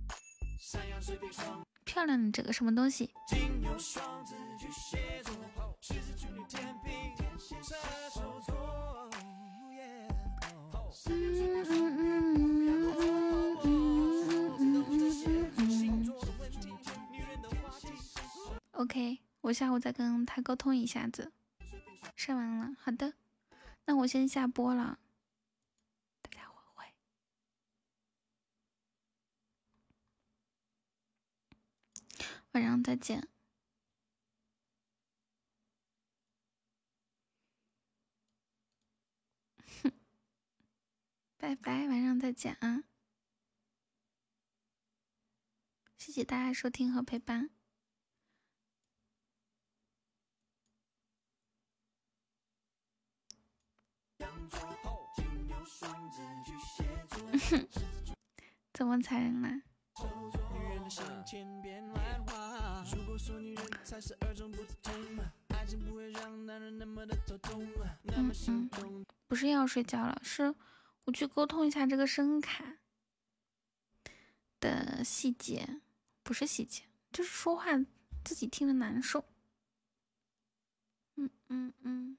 漂亮，你这个什么东西？嗯嗯嗯嗯嗯嗯 OK，我下午再跟他沟通一下子。上完了，好的，那我先下播了，大家回回，晚上再见。哼，拜拜，晚上再见啊！谢谢大家收听和陪伴。怎么残忍啦？嗯嗯，不是要睡觉了，是我去沟通一下这个声卡的细节，不是细节，就是说话自己听着难受。嗯嗯嗯。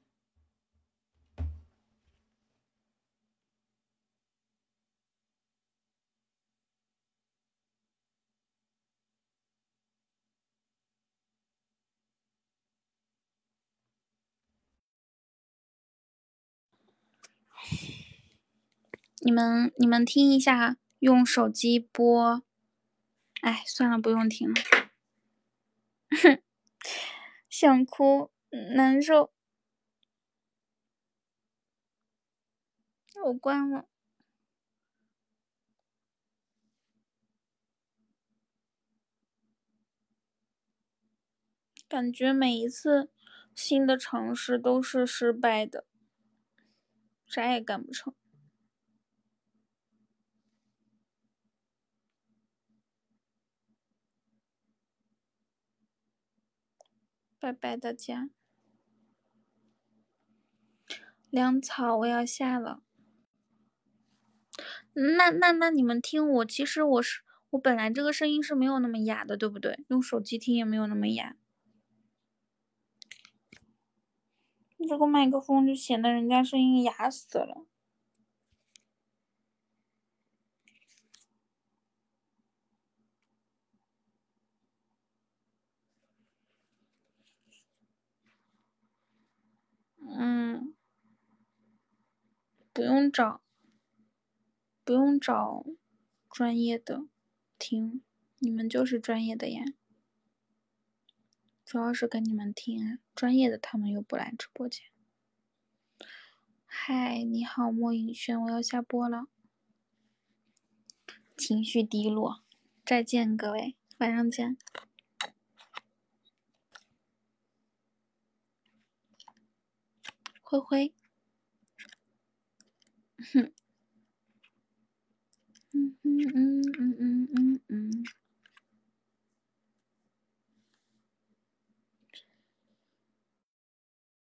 你们你们听一下，用手机播。哎，算了，不用听了。想哭，难受。我关了。感觉每一次新的尝试都是失败的，啥也干不成。拜拜大家。粮草我要下了。那那那你们听我，其实我是我本来这个声音是没有那么哑的，对不对？用手机听也没有那么哑。这个麦克风就显得人家声音哑死了。嗯，不用找，不用找专业的听，你们就是专业的呀。主要是跟你们听啊，专业的他们又不来直播间。嗨，你好，莫影轩，我要下播了，情绪低落，再见各位，晚上见。灰灰，哼，嗯嗯嗯嗯嗯嗯嗯。